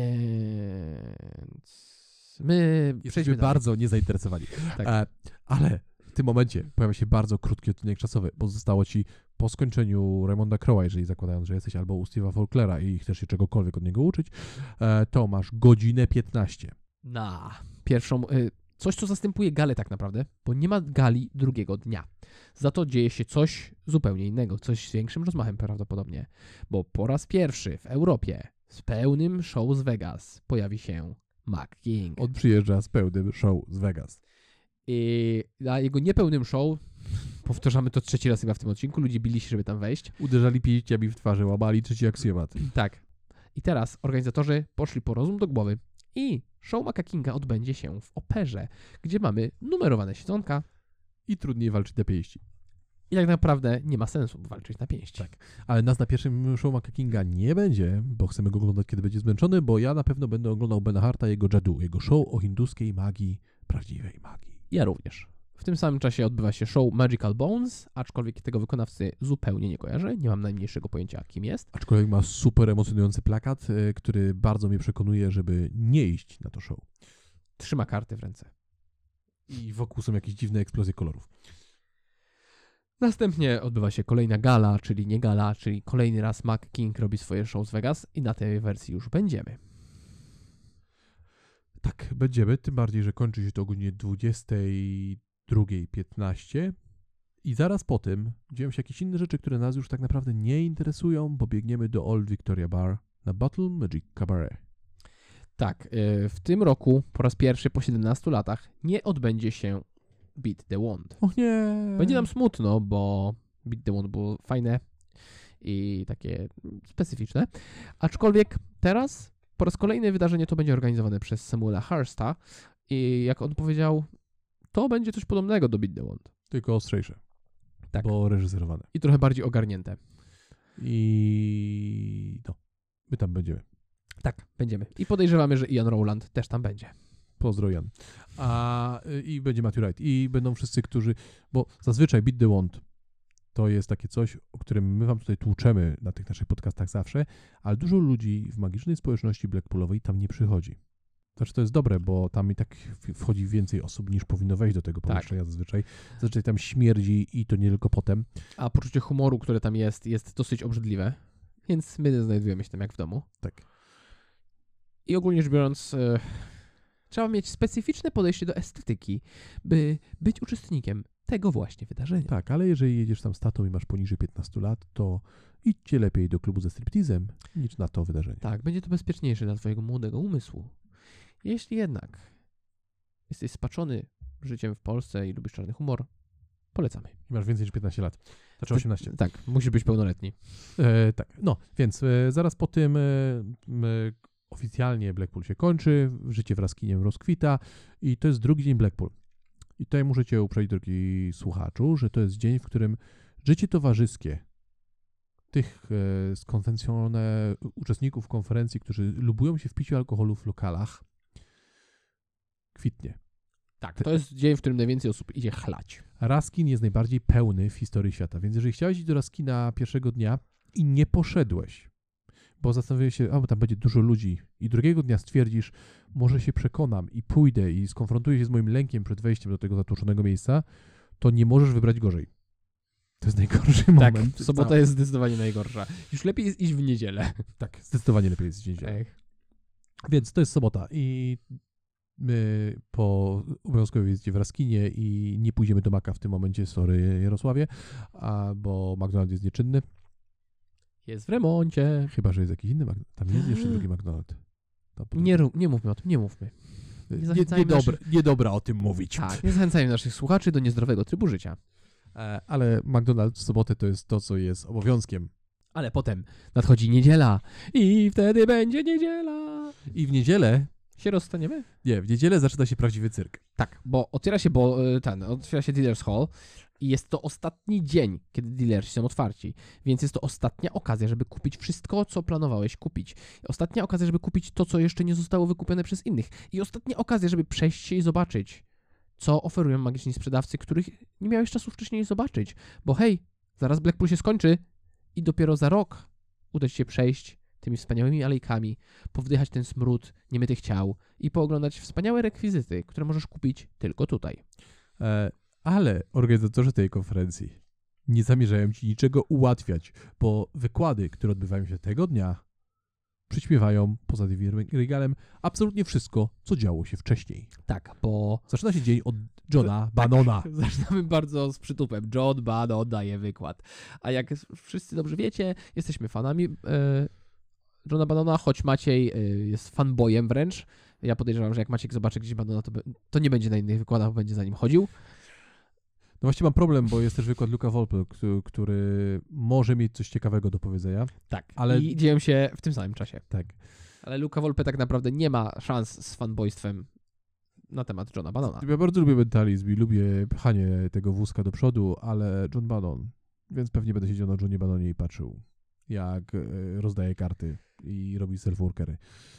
więc my Jesteśmy przejdźmy dalej. bardzo niezainteresowani. Tak. E, ale w tym momencie pojawia się bardzo krótki odcinek czasowy, bo zostało ci po skończeniu Raymonda Crowa, jeżeli zakładając, że jesteś albo u Steve'a Falconera i chcesz się czegokolwiek od niego uczyć, e, to masz godzinę piętnaście. Na pierwszą, y, coś co zastępuje galę tak naprawdę, bo nie ma gali drugiego dnia. Za to dzieje się coś zupełnie innego, coś z większym rozmachem prawdopodobnie, bo po raz pierwszy w Europie z pełnym show z Vegas pojawi się Mac King. On przyjeżdża z pełnym show z Vegas. I na jego niepełnym show, powtarzamy to trzeci raz chyba w tym odcinku, ludzie bili się, żeby tam wejść. Uderzali pięściami w twarzy, łamali trzeci aksjomat. Tak. I teraz organizatorzy poszli po rozum do głowy i show Maca Kinga odbędzie się w operze, gdzie mamy numerowane siedzonka I trudniej walczyć na pięści. i tak naprawdę nie ma sensu walczyć na pięści. Tak. Ale nas na pierwszym show Maca Kinga nie będzie, bo chcemy go oglądać, kiedy będzie zmęczony, bo ja na pewno będę oglądał Bena Harta i jego Jadoo, jego show o hinduskiej magii, prawdziwej magii. Ja również. W tym samym czasie odbywa się show Magical Bones, aczkolwiek tego wykonawcy zupełnie nie kojarzę, nie mam najmniejszego pojęcia, kim jest. Aczkolwiek ma super emocjonujący plakat, y, który bardzo mnie przekonuje, żeby nie iść na to show. Trzyma karty w ręce. I wokół są jakieś dziwne eksplozje kolorów. Następnie odbywa się kolejna gala, czyli nie gala, czyli kolejny raz Mac King robi swoje show z Vegas i na tej wersji już będziemy. Tak, będziemy, tym bardziej, że kończy się to o godzinie dwudziestej drugiej piętnaście i zaraz po tym dzieją się jakieś inne rzeczy, które nas już tak naprawdę nie interesują, bo biegniemy do Old Victoria Bar na Battle Magic Cabaret. Tak, yy, w tym roku po raz pierwszy po siedemnastu latach nie odbędzie się Beat the Wand. Och nie! Będzie nam smutno, bo Beat the Wand było fajne i takie specyficzne. Aczkolwiek teraz po raz kolejny wydarzenie to będzie organizowane przez Samuela Hursta i jak on powiedział, to będzie coś podobnego do Beat the Wand. Tylko ostrzejsze. Tak. Bo reżyserowane. I trochę bardziej ogarnięte. I no, my tam będziemy. Tak, będziemy. I podejrzewamy, że Ian Rowland też tam będzie. Pozdro Jan. A, y, I będzie Matthew Wright. I będą wszyscy, którzy... Bo zazwyczaj Beat the Wand to jest takie coś, o którym my wam tutaj tłuczemy na tych naszych podcastach zawsze, ale dużo ludzi w magicznej społeczności blackpoolowej tam nie przychodzi. Znaczy to jest dobre, bo tam i tak wchodzi więcej osób niż powinno wejść do tego pomieszczenia tak. zazwyczaj. Zazwyczaj tam śmierdzi i to nie tylko potem. A poczucie humoru, które tam jest, jest dosyć obrzydliwe, więc my znajdujemy się tam jak w domu. Tak. I ogólnie rzecz biorąc, e, trzeba mieć specyficzne podejście do estetyki, by być uczestnikiem tego właśnie wydarzenia. Tak, ale jeżeli jedziesz tam z tatą i masz poniżej piętnastu lat, to idźcie lepiej do klubu ze striptizem niż na to wydarzenie. Tak, będzie to bezpieczniejsze dla twojego młodego umysłu. Jeśli jednak jesteś spaczony życiem w Polsce i lubisz czarny humor, Polecamy. I masz więcej niż piętnaście lat. Znaczy osiemnaście. Tak, musisz być pełnoletni. E, tak, no, więc e, zaraz po tym e, e, oficjalnie Blackpool się kończy, życie wraz z kiniem rozkwita i to jest drugi dzień Blackpool. I tutaj muszę cię uprzedzić, drogi słuchaczu, że to jest dzień, w którym życie towarzyskie tych e, skonwencjonowanych uczestników konferencji, którzy lubują się w piciu alkoholu w lokalach, kwitnie. Tak, to jest dzień, w którym najwięcej osób idzie chlać. Raskin jest najbardziej pełny w historii świata, więc jeżeli chciałeś iść do Raskina pierwszego dnia i nie poszedłeś, bo zastanawiałeś się, a bo tam będzie dużo ludzi i drugiego dnia stwierdzisz, może się przekonam i pójdę i skonfrontuję się z moim lękiem przed wejściem do tego zatłoczonego miejsca, to nie możesz wybrać gorzej. To jest najgorszy Tak, moment. sobota jest zdecydowanie najgorsza. Już lepiej jest iść w niedzielę. Tak, zdecydowanie lepiej jest dzień. Ech. Więc to jest sobota i my po obowiązkowej wizycie w Raskinie i nie pójdziemy do Maka w tym momencie, sorry Jarosławie, a, bo McDonald's jest nieczynny. Jest w remoncie. Chyba, że jest jakiś inny McDonald's. Tam jest jeszcze drugi McDonald's. Tam po- Nie, ró- nie mówmy o tym, nie mówmy. nie, zachęcajmy niedobre, naszych- niedobra o tym mówić. Tak, nie zachęcajmy naszych słuchaczy do niezdrowego trybu życia. E, ale McDonald's w sobotę to jest to, co jest obowiązkiem. Ale potem nadchodzi niedziela i wtedy będzie niedziela. I w niedzielę, Się rozstaniemy? nie, w niedzielę zaczyna się prawdziwy cyrk. Tak, bo otwiera się, bo y, ten, otwiera się Dealers Hall i jest to ostatni dzień, kiedy dealersi są otwarci, więc jest to ostatnia okazja, żeby kupić wszystko, co planowałeś kupić. Ostatnia okazja, żeby kupić to, co jeszcze nie zostało wykupione przez innych. I ostatnia okazja, żeby przejść się i zobaczyć, co oferują magiczni sprzedawcy, których nie miałeś czasu wcześniej zobaczyć. Bo hej, zaraz Blackpool się skończy i dopiero za rok uda ci się przejść tymi wspaniałymi alejkami, powdychać ten smród niemytych ciał i pooglądać wspaniałe rekwizyty, które możesz kupić tylko tutaj. E, ale organizatorzy tej konferencji nie zamierzają ci niczego ułatwiać, bo wykłady, które odbywają się tego dnia, przyćmiewają poza tym regalem absolutnie wszystko, co działo się wcześniej. Tak, bo Zaczyna się dzień od Johna Bannona. zaczynamy bardzo z przytupem. John Bannon daje wykład. A jak wszyscy dobrze wiecie, jesteśmy fanami e, Johna Bannona, choć Maciej e, jest fanboyem wręcz. Ja podejrzewam, że jak Maciek zobaczy gdzieś Bannona, to, be, to nie będzie na innych wykładach, bo będzie za nim chodził. No właśnie mam problem, bo jest też wykład Luca Volpe, który, który może mieć coś ciekawego do powiedzenia. Tak, ale- i dzieją się w tym samym czasie. Tak. Ale Luca Volpe tak naprawdę nie ma szans z fanboystwem na temat Johna Bannona. Ja bardzo lubię mentalizm i lubię pchanie tego wózka do przodu, ale John Bannon, więc pewnie będę siedział na Johnie Bannonie i patrzył, jak e, rozdaje karty i robi self-workery.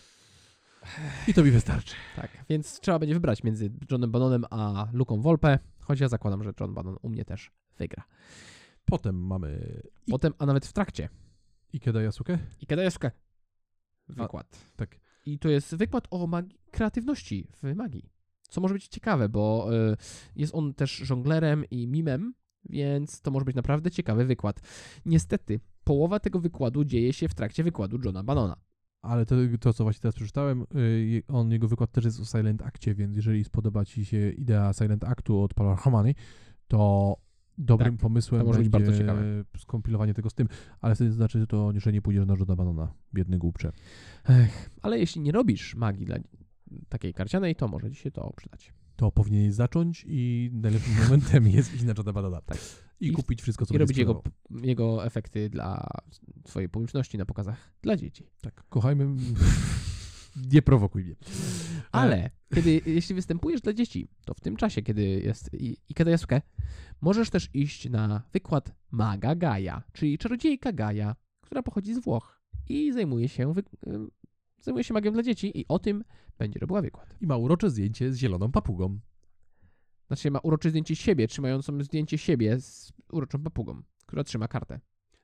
I to mi wystarczy. Tak, więc trzeba będzie wybrać między Johnem Bannonem a Luką Volpe, choć ja zakładam, że John Bannon u mnie też wygra. Potem mamy I- Potem, a nawet w trakcie, Ikeda Yasuke. Ikeda Yasuke wykład. Tak. I to jest wykład o magii, kreatywności w magii, co może być ciekawe, bo y, jest on też żonglerem i mimem, więc to może być naprawdę ciekawy wykład. Niestety, połowa tego wykładu dzieje się w trakcie wykładu Johna Bannona. Ale to, to, co właśnie teraz przeczytałem, y, on, jego wykład też jest o Silent Actie, więc jeżeli spodoba ci się idea Silent Actu od Paula Harmony, to dobrym Tak, pomysłem to może być będzie bardzo ciekawe. skompilowanie tego z tym, ale wtedy znaczy to, że nie pójdziesz na Johna Bannona, biedny głupcze. Ech, ale jeśli nie robisz magii dla takiej karcianej, to może ci się to przydać. To powinieneś zacząć i najlepszym momentem jest iść na Johna Bannona. Tak. I, I- kupić wszystko, co I będzie robić jego, sprzedawał. jego efekty dla swojej publiczności na pokazach dla dzieci. Tak, kochajmy. Nie prowokuj mnie. Ale kiedy, jeśli występujesz dla dzieci, to w tym czasie, kiedy jest i- Ikeda Yasuke, możesz też iść na wykład Maga Gaia, czyli czarodziejka Gaia, która pochodzi z Włoch i zajmuje się, wy, ym, zajmuje się magią dla dzieci i o tym będzie robiła wykład. I ma urocze zdjęcie z zieloną papugą. Znaczy ma urocze zdjęcie siebie, trzymającą zdjęcie siebie z uroczą papugą, która trzyma kartę.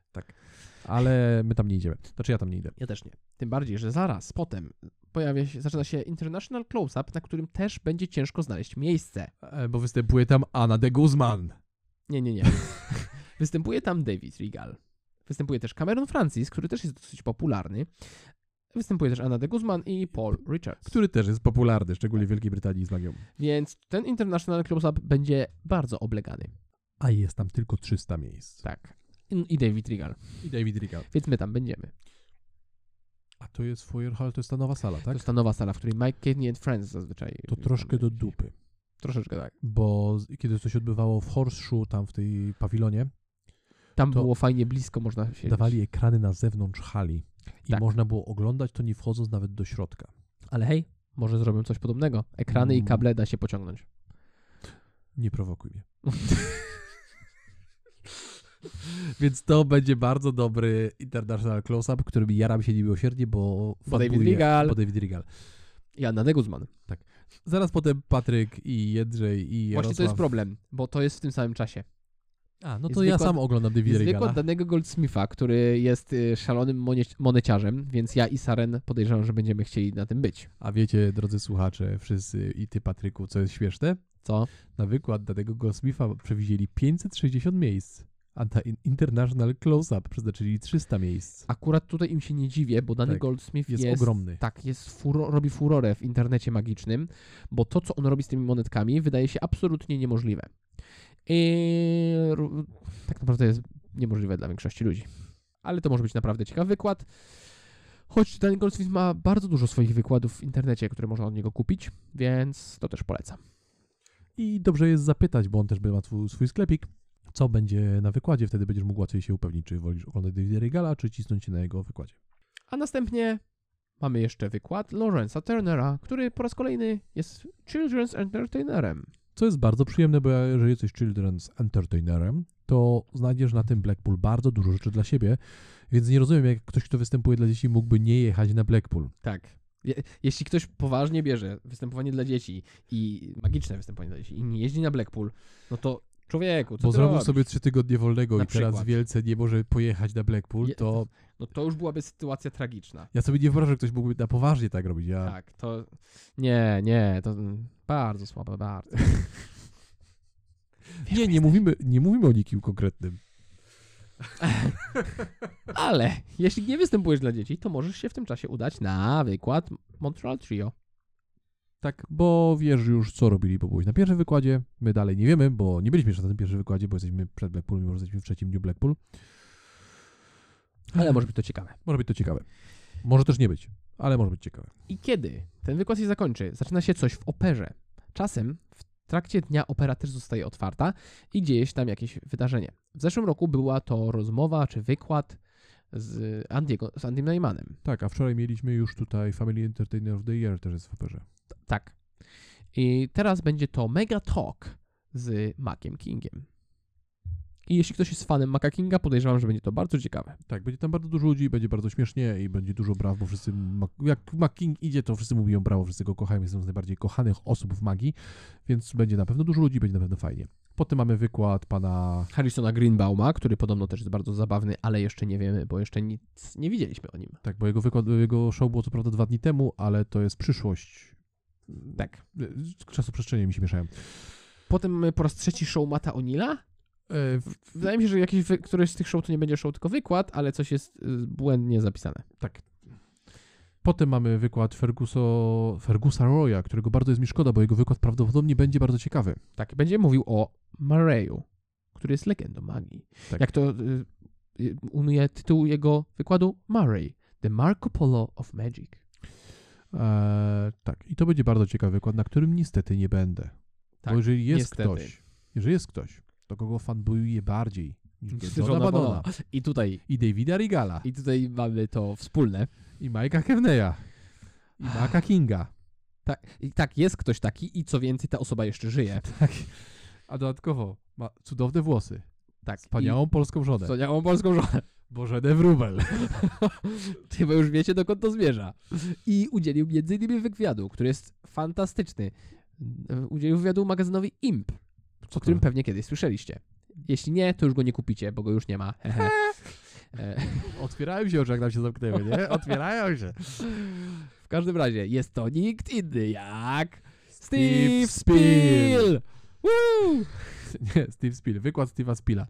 Ale my tam nie idziemy. Znaczy ja tam nie idę. Ja też nie. Tym bardziej, że zaraz potem pojawia się, zaczyna się International Close-Up, na którym też będzie ciężko znaleźć miejsce. E, Bo występuje tam Ana de Guzman. Nie, nie, nie. Występuje tam David Regal. Występuje też Cameron Francis, który też jest dosyć popularny. Występuje też Anna de Guzman i Paul Richards. Który też jest popularny, szczególnie w Wielkiej Brytanii z magią. Więc ten International Close-Up będzie bardzo oblegany. A jest tam tylko trzysta miejsc. Tak. I i David Regal. I David Regal. Więc my tam będziemy. A to jest Foyer Hall, to jest ta nowa sala, To tak? jest ta nowa sala, w której Mike Cagney and Friends zazwyczaj... To troszkę do dupy. Troszeczkę tak. bo z- kiedy to się odbywało w Horseshoe, tam w tej pawilonie, Tam To było fajnie blisko, można siedzieć. dawali ekrany na zewnątrz hali i Tak. można było oglądać to nie wchodząc nawet do środka. Ale hej, może zrobią coś podobnego. Ekrany i Mm. kable da się pociągnąć. Nie prowokuj mnie. Więc to będzie bardzo dobry International Close-Up, którym jaram się niemiłosiernie, bo... Bo David fanbuję- Regal. Bo David Regal. I Anna de Guzman. Zaraz potem Patryk i Jędrzej i Jarosław. Właśnie to jest problem, bo to jest w tym samym czasie. A, no Jest to ja wykład- sam oglądam Davida Jest Regala. wykład danego Goldsmitha, który jest y, szalonym monie- moneciarzem, więc ja i Saren podejrzewam, że będziemy chcieli na tym być. A wiecie, drodzy słuchacze, wszyscy i ty, Patryku, co jest śmieszne? Co? Na wykład danego Goldsmitha przewidzieli pięćset sześćdziesiąt miejsc, a na in- International Close-Up przeznaczyli trzysta miejsc. Akurat tutaj im się nie dziwię, bo dany Tak, Goldsmith Jest, jest, ogromny. tak, jest furo, robi furorę w internecie magicznym, bo to, co on robi z tymi monetkami, wydaje się absolutnie niemożliwe. I ru- tak naprawdę jest niemożliwe dla większości ludzi. Ale to może być naprawdę ciekawy wykład. Choć ten Goldsmith ma bardzo dużo swoich wykładów w internecie, które można od niego kupić, więc to też polecam. I dobrze jest zapytać, bo on też ma swój, swój sklepik, co będzie na wykładzie, wtedy będziesz mógł łatwiej się upewnić, czy wolisz oglądać Davida Regala, czy cisnąć się na jego wykładzie. A następnie mamy jeszcze wykład Lawrence'a Turnera, który po raz kolejny jest children's entertainerem. Co jest bardzo przyjemne, bo jeżeli jesteś children's entertainerem, to znajdziesz na tym Blackpool bardzo dużo rzeczy dla siebie, więc nie rozumiem, jak ktoś, kto występuje dla dzieci, mógłby nie jechać na Blackpool. Tak. Je- jeśli ktoś poważnie bierze występowanie dla dzieci i magiczne występowanie dla dzieci i nie jeździ na Blackpool, no to człowieku, co Bo ty zrobił robisz? sobie trzy tygodnie wolnego Na i teraz przykład. wielce nie może pojechać na Blackpool, Je- to No to już byłaby sytuacja tragiczna. ja sobie nie wyobrażam, że ktoś mógłby na poważnie tak robić. Ja... Tak, to... Nie, nie, to mm, bardzo słabe, bardzo. Nie, nie mówimy, nie mówimy o nikim konkretnym. Ale jeśli nie występujesz dla dzieci, to możesz się w tym czasie udać na wykład Montreal Trio. Tak, bo wiesz już, co robili, bo byłeś na pierwszym wykładzie. My dalej nie wiemy, bo nie byliśmy jeszcze na tym pierwszym wykładzie, bo jesteśmy przed Blackpool, mimo że jesteśmy w trzecim dniu Blackpool. Ale może być to ciekawe. Może być to ciekawe. Może też nie być, ale może być ciekawe. I kiedy ten wykład się zakończy, zaczyna się coś w operze. Czasem w trakcie dnia opera też zostaje otwarta i dzieje się tam jakieś wydarzenie. W zeszłym roku była to rozmowa czy wykład z, Andiego, z Andym Neumannem. Tak, a wczoraj mieliśmy już tutaj Family Entertainer of the Year, też jest w operze. T- tak. I teraz będzie to Mega Talk z Maciem Kingiem. I jeśli ktoś jest fanem Maca Kinga, podejrzewam, że będzie to bardzo ciekawe. Tak, będzie tam bardzo dużo ludzi, będzie bardzo śmiesznie i będzie dużo braw, bo wszyscy, ma- jak Mac King idzie, to wszyscy mówią brawo, wszyscy go kochają, jest jedną z najbardziej kochanych osób w magii, więc będzie na pewno dużo ludzi, będzie na pewno fajnie. Potem mamy wykład pana... Harrisona Greenbauma, który podobno też jest bardzo zabawny, ale jeszcze nie wiemy, bo jeszcze nic nie widzieliśmy o nim. Tak, bo jego, wykład, jego show było co prawda dwa dni temu, ale to jest przyszłość. Tak. Czasoprzestrzenie mi się mieszają. Potem mamy po raz trzeci show Matta O'Neilla. E, w, Wydaje mi się, że jakiś wy- któryś z tych show to nie będzie show, tylko wykład, ale coś jest y, błędnie zapisane. tak. Potem mamy wykład Ferguso, Fergusa Roya, którego bardzo jest mi szkoda, bo jego wykład prawdopodobnie będzie bardzo ciekawy. Tak, będzie mówił o Murray'u, który jest legendą magii. Tak. Jak to y, y, umie tytuł jego wykładu? Murray, The Marco Polo of Magic. E, tak, i to będzie bardzo ciekawy wykład, na którym niestety nie będę. Tak, bo jeżeli jest niestety. ktoś, jeżeli jest ktoś, to kogo fanbojuje bardziej niż Niż Johna Johna Badona Badona. I tutaj, i Davida Regala i tutaj mamy to wspólne. i Mike'a Kevneya i Maca Kinga. Tak, i tak, jest ktoś taki i co więcej, ta osoba jeszcze żyje. Tak. A dodatkowo ma cudowne włosy, Tak. wspaniałą polską I żonę, wspaniałą polską żonę. Bożenę Wróbel. Chyba już wiecie, dokąd to zmierza. I udzielił między innymi wywiadu, który jest fantastyczny. Udzielił wywiadu magazynowi Imp, o którym pewnie kiedyś słyszeliście. Jeśli nie, to już go nie kupicie, bo go już nie ma. Hehe. E, Otwierają się oczy, jak nam się zamknęły, nie? Otwierają się. W każdym razie jest to nikt inny jak Steve Steve Spiel! Woo! Nie, Steve Spiel. Wykład Steve'a Spiela.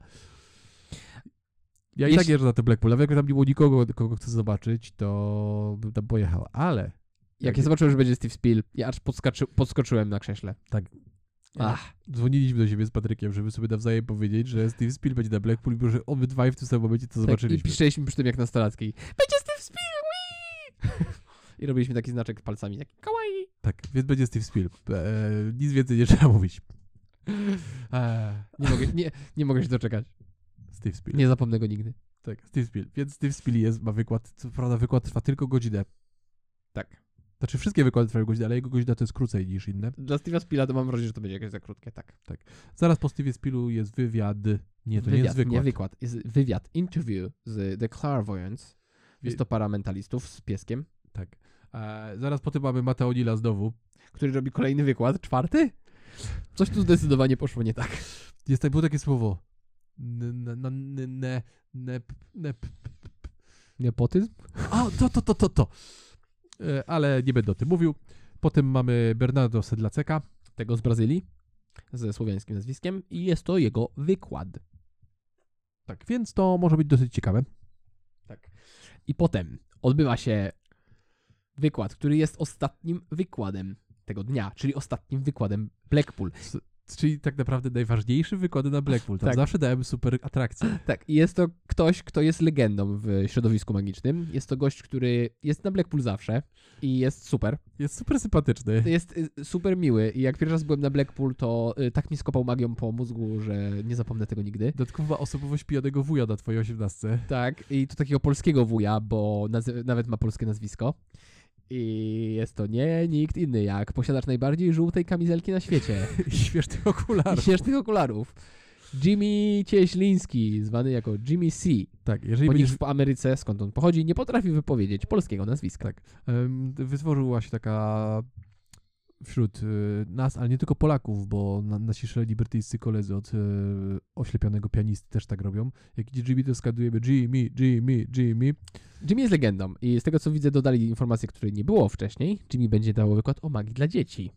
Ja i Jeśli- tak jeżdżę na ten Blackpool, ale jakby tam nie było nikogo, kogo chcę zobaczyć, to bym tam pojechał. Ale Jak ja zobaczyłem, że będzie Steve Spiel, ja aż podskoczy, podskoczyłem na krześle. tak, Ach, dzwoniliśmy do siebie z Patrykiem, żeby sobie nawzajem powiedzieć, że Steve Spiel będzie na Blackpool i że obydwaj w tym samym momencie to tak, i zobaczyliśmy. piszeliśmy przy tym jak nastolatki. Będzie Steve Spiel! Wii! I robiliśmy taki znaczek palcami, taki kawaii. Tak, więc będzie Steve Spiel. E, nic więcej nie trzeba mówić. Eee, nie, mogę, nie, nie mogę się doczekać. Steve Spiel. Nie zapomnę go nigdy. Tak, Steve Spiel. Więc Steve Spiel jest, ma wykład, co prawda wykład trwa tylko godzinę. Tak. Znaczy wszystkie wykłady trwają godzinę, ale jego godzina to jest krócej niż inne. Dla Steve'a Spiela to mam wrażenie, że to będzie jakieś za krótkie, tak. Zaraz po Steve Spielu jest wywiad. Nie, to wywiad, nie jest wykład. Nie wykład, jest wywiad, interview z The Clairvoyants. Jest to para mentalistów z pieskiem, Tak. E, zaraz potem mamy Matta O'Neilla znowu. który robi kolejny wykład, czwarty? Coś tu zdecydowanie poszło nie tak. Jest tak, było takie słowo. N- n- n- ne, ne, ne, p- Nepotyzm? O, to, to, to, to, to. E, ale nie będę o tym mówił. Potem mamy Bernardo Sedlaceka. Tego z Brazylii, ze słowiańskim nazwiskiem i jest to jego wykład. Tak, więc to może być dosyć ciekawe. Tak. I potem odbywa się wykład, który jest ostatnim wykładem tego dnia, czyli ostatnim wykładem Blackpool. Czyli tak naprawdę najważniejszy wykład na Blackpool. Tam Tak. zawsze dałem super atrakcje. Tak, i jest to ktoś, kto jest legendą w środowisku magicznym. Jest to gość, który jest na Blackpool zawsze i jest super. Jest super sympatyczny. Jest y, super miły i jak pierwszy raz byłem na Blackpool, to y, tak mi skopał magią po mózgu, że nie zapomnę tego nigdy. Dodatkowa osobowość pijanego wuja na twojej osiemnastce. Tak, i to takiego polskiego wuja, bo nazy- nawet ma polskie nazwisko. I jest to nie nikt inny jak posiadacz najbardziej żółtej kamizelki na świecie I śmiesznych i okularów. śmiesznych okularów. Jimmy Cieśliński, zwany jako Jimmy C. Tak, jeżeli Ponieważ będziesz... w Ameryce, skąd on pochodzi, nie potrafi wypowiedzieć polskiego nazwiska. Tak. Um, wytworzyła się taka wśród y, nas, ale nie tylko Polaków, bo na, nasi szaleni brytyjscy koledzy od y, oślepionego pianisty też tak robią. Jak idzie Jimmy, to skadujemy Jimmy, Jimmy, Jimmy. Jimmy jest legendą i z tego co widzę dodali informację, której nie było wcześniej. Jimmy będzie dawał wykład o magii dla dzieci.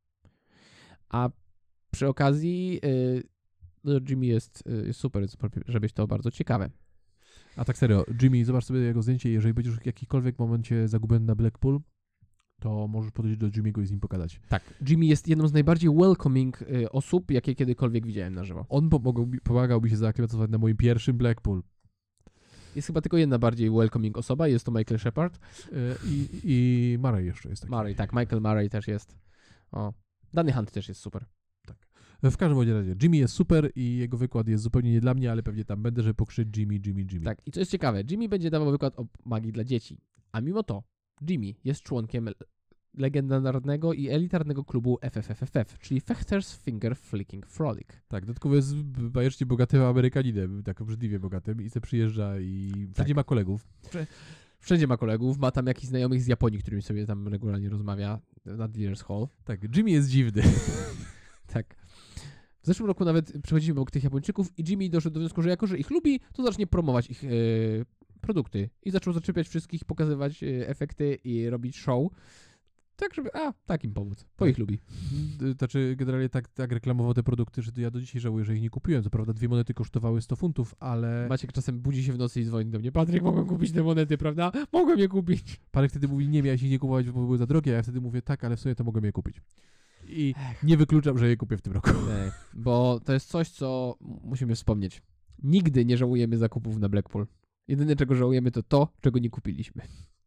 A przy okazji y, no Jimmy jest y, super, żebyś to bardzo ciekawe. A tak serio, Jimmy, zobacz sobie jego zdjęcie, jeżeli będziesz w jakikolwiek momencie zagubiony na Blackpool, to możesz podejść do Jimmy'ego i z nim pogadać. Tak, Jimmy jest jedną z najbardziej welcoming y, osób, jakie kiedykolwiek widziałem na żywo. On pomagał mi, pomagał mi się zaaklimatyzować na moim pierwszym Blackpool. Jest chyba tylko jedna bardziej welcoming osoba, jest to Michael Shepard. Y, I, i Murray jeszcze jest taki. Murray, tak, Michael Murray też jest. O, Danny Hunt też jest super. W każdym bądź razie, Jimmy jest super i jego wykład jest zupełnie nie dla mnie, ale pewnie tam będę, żeby pokrzyczeć Jimmy, Jimmy, Jimmy. Tak, i co jest ciekawe, Jimmy będzie dawał wykład o magii dla dzieci. A mimo to, Jimmy jest członkiem legendarnego i elitarnego klubu F F F F, czyli Fechter's Finger Flicking Frolic. Tak, dodatkowo jest bajecznie bogatym Amerykaninem, tak obrzydliwie bogatym i se przyjeżdża i wszędzie Tak. ma kolegów. Wszędzie ma kolegów, ma tam jakichś znajomych z Japonii, którymi sobie tam regularnie rozmawia na Dealers Hall. Tak, Jimmy jest dziwny. Tak. W zeszłym roku nawet przechodziliśmy obok tych Japończyków i Jimmy doszedł do wniosku, że jako, że ich lubi, to zacznie promować ich e, produkty. I zaczął zaczepiać wszystkich, pokazywać e, efekty i robić show. Tak, żeby, a, tak im pomóc, bo Tak. ich lubi. Znaczy, generalnie tak, tak reklamował te produkty, że ja do dzisiaj żałuję, że ich nie kupiłem. Co prawda dwie monety kosztowały sto funtów, ale Maciek czasem budzi się w nocy i dzwoni do mnie. Patryk, mogłem kupić te monety, prawda? Mogłem je kupić. Parek wtedy mówi, nie miałeś ich nie kupować, bo były za drogie, a ja wtedy mówię, tak, ale w sumie to mogłem je kupić. I nie wykluczam, że je kupię w tym roku. Nie, bo to jest coś, co musimy wspomnieć. Nigdy nie żałujemy zakupów na Blackpool. Jedyne, czego żałujemy, to to, czego nie kupiliśmy.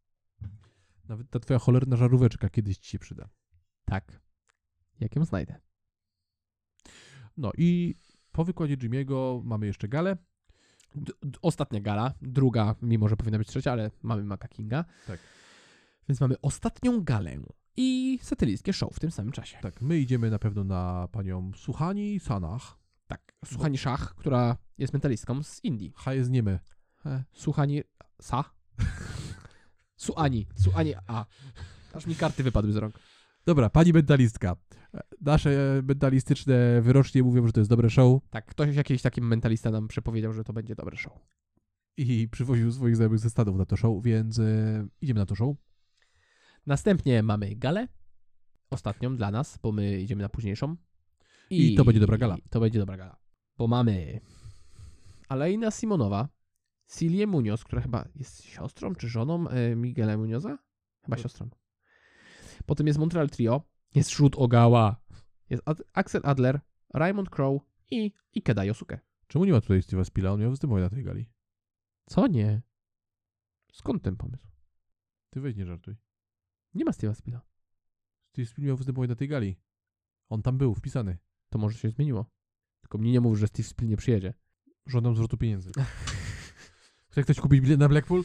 Nawet ta twoja cholerna żaróweczka kiedyś ci się przyda. Tak. Jak ją znajdę. No i po wykładzie Jimmy'ego mamy jeszcze galę. D- d- ostatnia gala, druga, mimo że powinna być trzecia, ale mamy Maca Kinga. Tak. Więc mamy ostatnią galę i satelickie show w tym samym czasie. Tak, my idziemy na pewno na panią Suhani Sanach. Tak. Suhani Shah, która jest mentalistką z Indii. H jest niemy. E, Suhani Sa? Suani. Suani A. Aż mi karty wypadły z rąk. Dobra, pani mentalistka. Nasze mentalistyczne wyrocznie mówią, że to jest dobre show Tak, ktoś jakiś taki mentalista nam przepowiedział, że to będzie dobre show. i przywoził swoich znajomych ze Stanów na to show, więc e, idziemy na to show. Następnie mamy galę. Ostatnią dla nas, bo my idziemy na późniejszą. I to będzie dobra gala. To będzie dobra gala. Bo mamy Aleina Simonowa, Cilię Munoz, która chyba jest siostrą czy żoną e, Miguela Munoza? Chyba siostrą. Potem jest Montreal Trio, jest Shud Ogawa, jest Ad- Axel Adler, Raymond Crow i Ikeda Yosuke. Czemu nie ma tutaj Steve'a Spilla? On miał występować na tej gali. Co nie? Skąd ten pomysł? Ty weź nie żartuj. Nie ma Steve'a Spilla. Steve Spiel miał występować na tej gali. On tam był, wpisany. To może się zmieniło. Tylko mnie nie mów, że Steve Spill nie przyjedzie. Żądam zwrotu pieniędzy. Chce ktoś kupić bilet na Blackpool?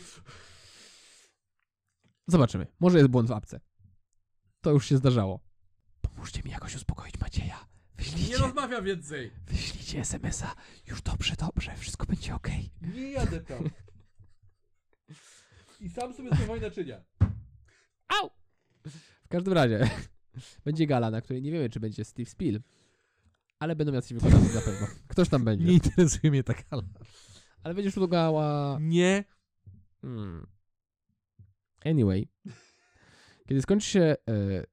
Zobaczymy. Może jest błąd w apce. To już się zdarzało. Pomóżcie mi jakoś uspokoić Macieja. Wyślijcie, rozmawia więcej. wyślijcie es em es a. Już dobrze, dobrze. Wszystko będzie okej. Nie jadę tam. I sam sobie zmywaj naczynia. Au! W każdym razie będzie gala, na której nie wiemy, czy będzie Steve Spill. Ale będą jacyś wykonawcy na pewno. Ktoś tam będzie. Nie interesuje mnie ta gala. Ale będziesz tu gala... Nie. Hmm. Anyway. Kiedy skończy się e,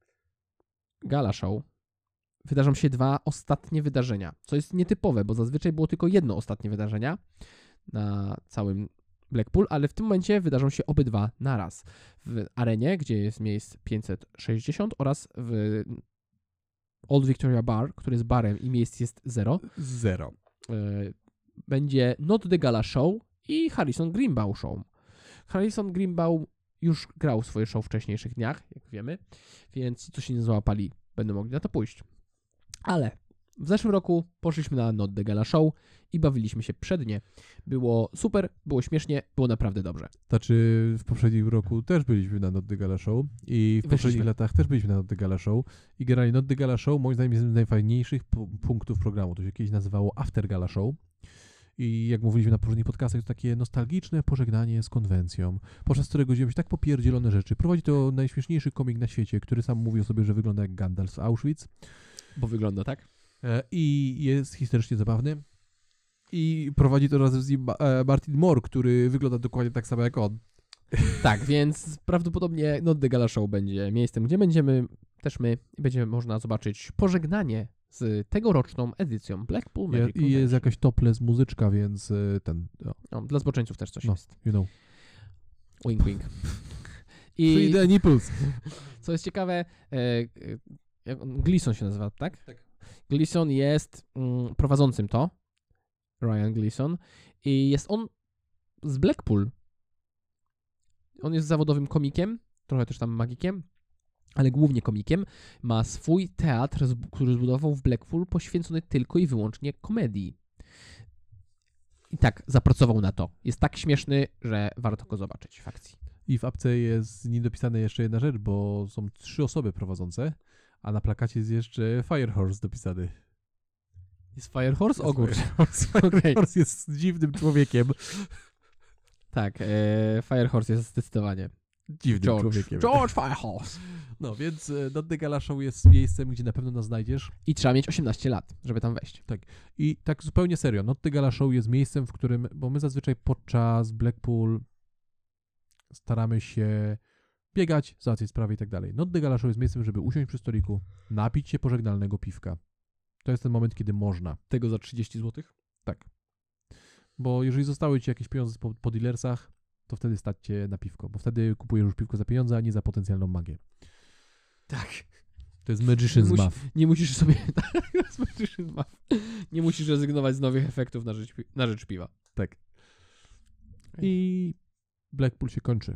gala show, wydarzą się dwa ostatnie wydarzenia, co jest nietypowe, bo zazwyczaj było tylko jedno ostatnie wydarzenia na całym Blackpool, ale w tym momencie wydarzą się obydwa naraz. W arenie, gdzie jest miejsc pięćset sześćdziesiąt oraz w Old Victoria Bar, który jest barem i miejsc jest zero. Zero. E, będzie Not the Gala Show i Harrison Greenbaum Show. Harrison Greenbaum już grał swoje show w wcześniejszych dniach, jak wiemy, więc ci, co się nie załapali, będą mogli na to pójść. Ale w zeszłym roku poszliśmy na Not the Gala Show i bawiliśmy się przednie. Było super, było śmiesznie, było naprawdę dobrze. Znaczy w poprzednim roku też byliśmy na Not the Gala Show i w Weszliśmy. poprzednich latach też byliśmy na Not the Gala Show i generalnie Not the Gala Show moim zdaniem jest jednym z najfajniejszych pu- punktów programu. To się kiedyś nazywało After Gala Show i jak mówiliśmy na poprzednich podcastach, to takie nostalgiczne pożegnanie z konwencją, podczas którego dzieją się tak popierdzielone rzeczy. Prowadzi to najśmieszniejszy komik na świecie, który sam mówi o sobie, że wygląda jak Gandalf z Auschwitz. Bo wygląda tak? E, I jest historycznie zabawny. I prowadzi to razem z nim Ma- e, Martin Moore, który wygląda dokładnie tak samo jak on. Tak, więc prawdopodobnie Not the Gala Show będzie miejscem, gdzie będziemy też my i będzie można zobaczyć pożegnanie z tegoroczną edycją Blackpool Je, Magic I jest Convention. jakaś topless muzyczka, więc e, ten, o, No, dla zboczeńców też coś no, jest. you know. Wink, wink. Free I the nipples. co jest ciekawe, e, e, jak on, Gleason się nazywa, tak? Tak. Gleason jest mm, prowadzącym to, Ryan Gleason, i jest on z Blackpool. On jest zawodowym komikiem, trochę też tam magikiem, ale głównie komikiem. Ma swój teatr, zb- który zbudował w Blackpool, poświęcony tylko i wyłącznie komedii. I tak, zapracował na to. Jest tak śmieszny, że warto go zobaczyć w akcji. I w apce jest niedopisana jeszcze jedna rzecz, bo są trzy osoby prowadzące, a na plakacie jest jeszcze Firehorse dopisany. Jest Firehorse? O kurczę. Firehorse, Okej. Firehorse jest dziwnym człowiekiem. Tak, e, Firehorse jest zdecydowanie. Dziwnym George, człowiekiem. George Firehorse. No więc e, Not the Gala Show jest miejscem, gdzie na pewno nas znajdziesz. I trzeba mieć osiemnaście lat, żeby tam wejść. I tak zupełnie serio, Not the Gala Show jest miejscem, w którym, bo my zazwyczaj podczas Blackpool staramy się biegać, załatwić sprawy i tak dalej. Not the Gala Show jest miejscem, żeby usiąść przy stoliku, napić się pożegnalnego piwka. To jest ten moment, kiedy można. Tego za trzydzieści złotych? Tak. Bo jeżeli zostały ci jakieś pieniądze po, po dealersach, to wtedy stać cię na piwko, bo wtedy kupujesz już piwko za pieniądze, a nie za potencjalną magię. Tak. To jest Magician's Musi- Buff. Nie musisz sobie... nie musisz rezygnować z nowych efektów na rzecz, pi- na rzecz piwa. Tak. I Blackpool się kończy.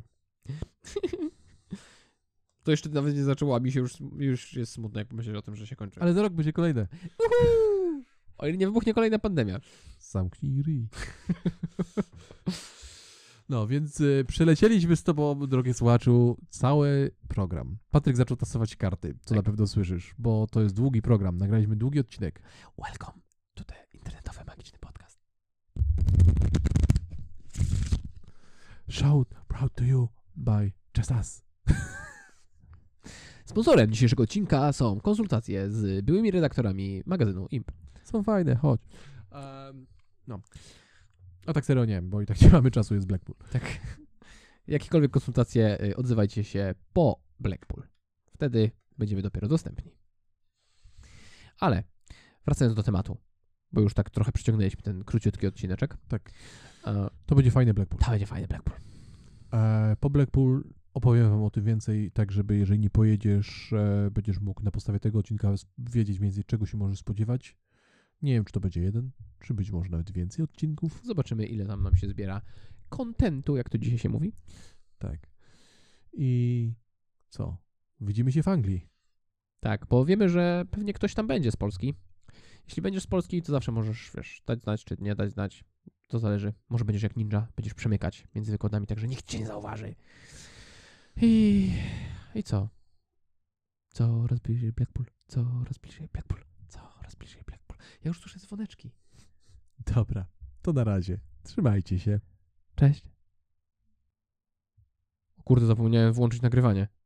To jeszcze nawet nie zaczęło, a mi się już, już jest smutno, jak pomyśleć o tym, że się kończy. Ale za rok będzie kolejne. Uhu! O ile nie wybuchnie kolejna pandemia. Zamknij ryj. No, więc y, przelecieliśmy z tobą, drogie słuchaczu, cały program. Patryk zaczął tasować karty, co Tak. na pewno słyszysz, bo to jest długi program. Nagraliśmy długi odcinek. Welcome to the internetowy magiczny podcast. Shout proud to you by Just Us. Sponsorem dzisiejszego odcinka są konsultacje z byłymi redaktorami magazynu Imp. Są fajne, chodź. Um, no. A tak serio nie, bo i tak nie mamy czasu, jest Blackpool. Tak. Jakiekolwiek konsultacje, y, odzywajcie się po Blackpool. Wtedy będziemy dopiero dostępni. Ale wracając do tematu, bo już tak trochę przyciągnęliśmy ten króciutki odcineczek. Tak. E, To będzie fajny Blackpool. to będzie fajny Blackpool. E, po Blackpool opowiem wam o tym więcej, tak żeby jeżeli nie pojedziesz, e, będziesz mógł na podstawie tego odcinka wiedzieć mniej więcej, czego się możesz spodziewać. Nie wiem, czy to będzie jeden, czy być może nawet więcej odcinków. Zobaczymy, ile tam nam się zbiera kontentu, jak to dzisiaj się mówi. Tak. I co? Widzimy się w Anglii. Tak, bo wiemy, że pewnie ktoś tam będzie z Polski. Jeśli będziesz z Polski, to zawsze możesz, wiesz, dać znać, czy nie dać znać. To zależy. Może będziesz jak ninja, będziesz przemykać między wykładami, tak że nikt cię nie zauważy. I... I co? Coraz bliżej Blackpool, coraz bliżej Blackpool, coraz bliżej Blackpool. Ja już słyszę dzwoneczki. Dobra, to na razie. Trzymajcie się. Cześć. O kurde, zapomniałem włączyć nagrywanie.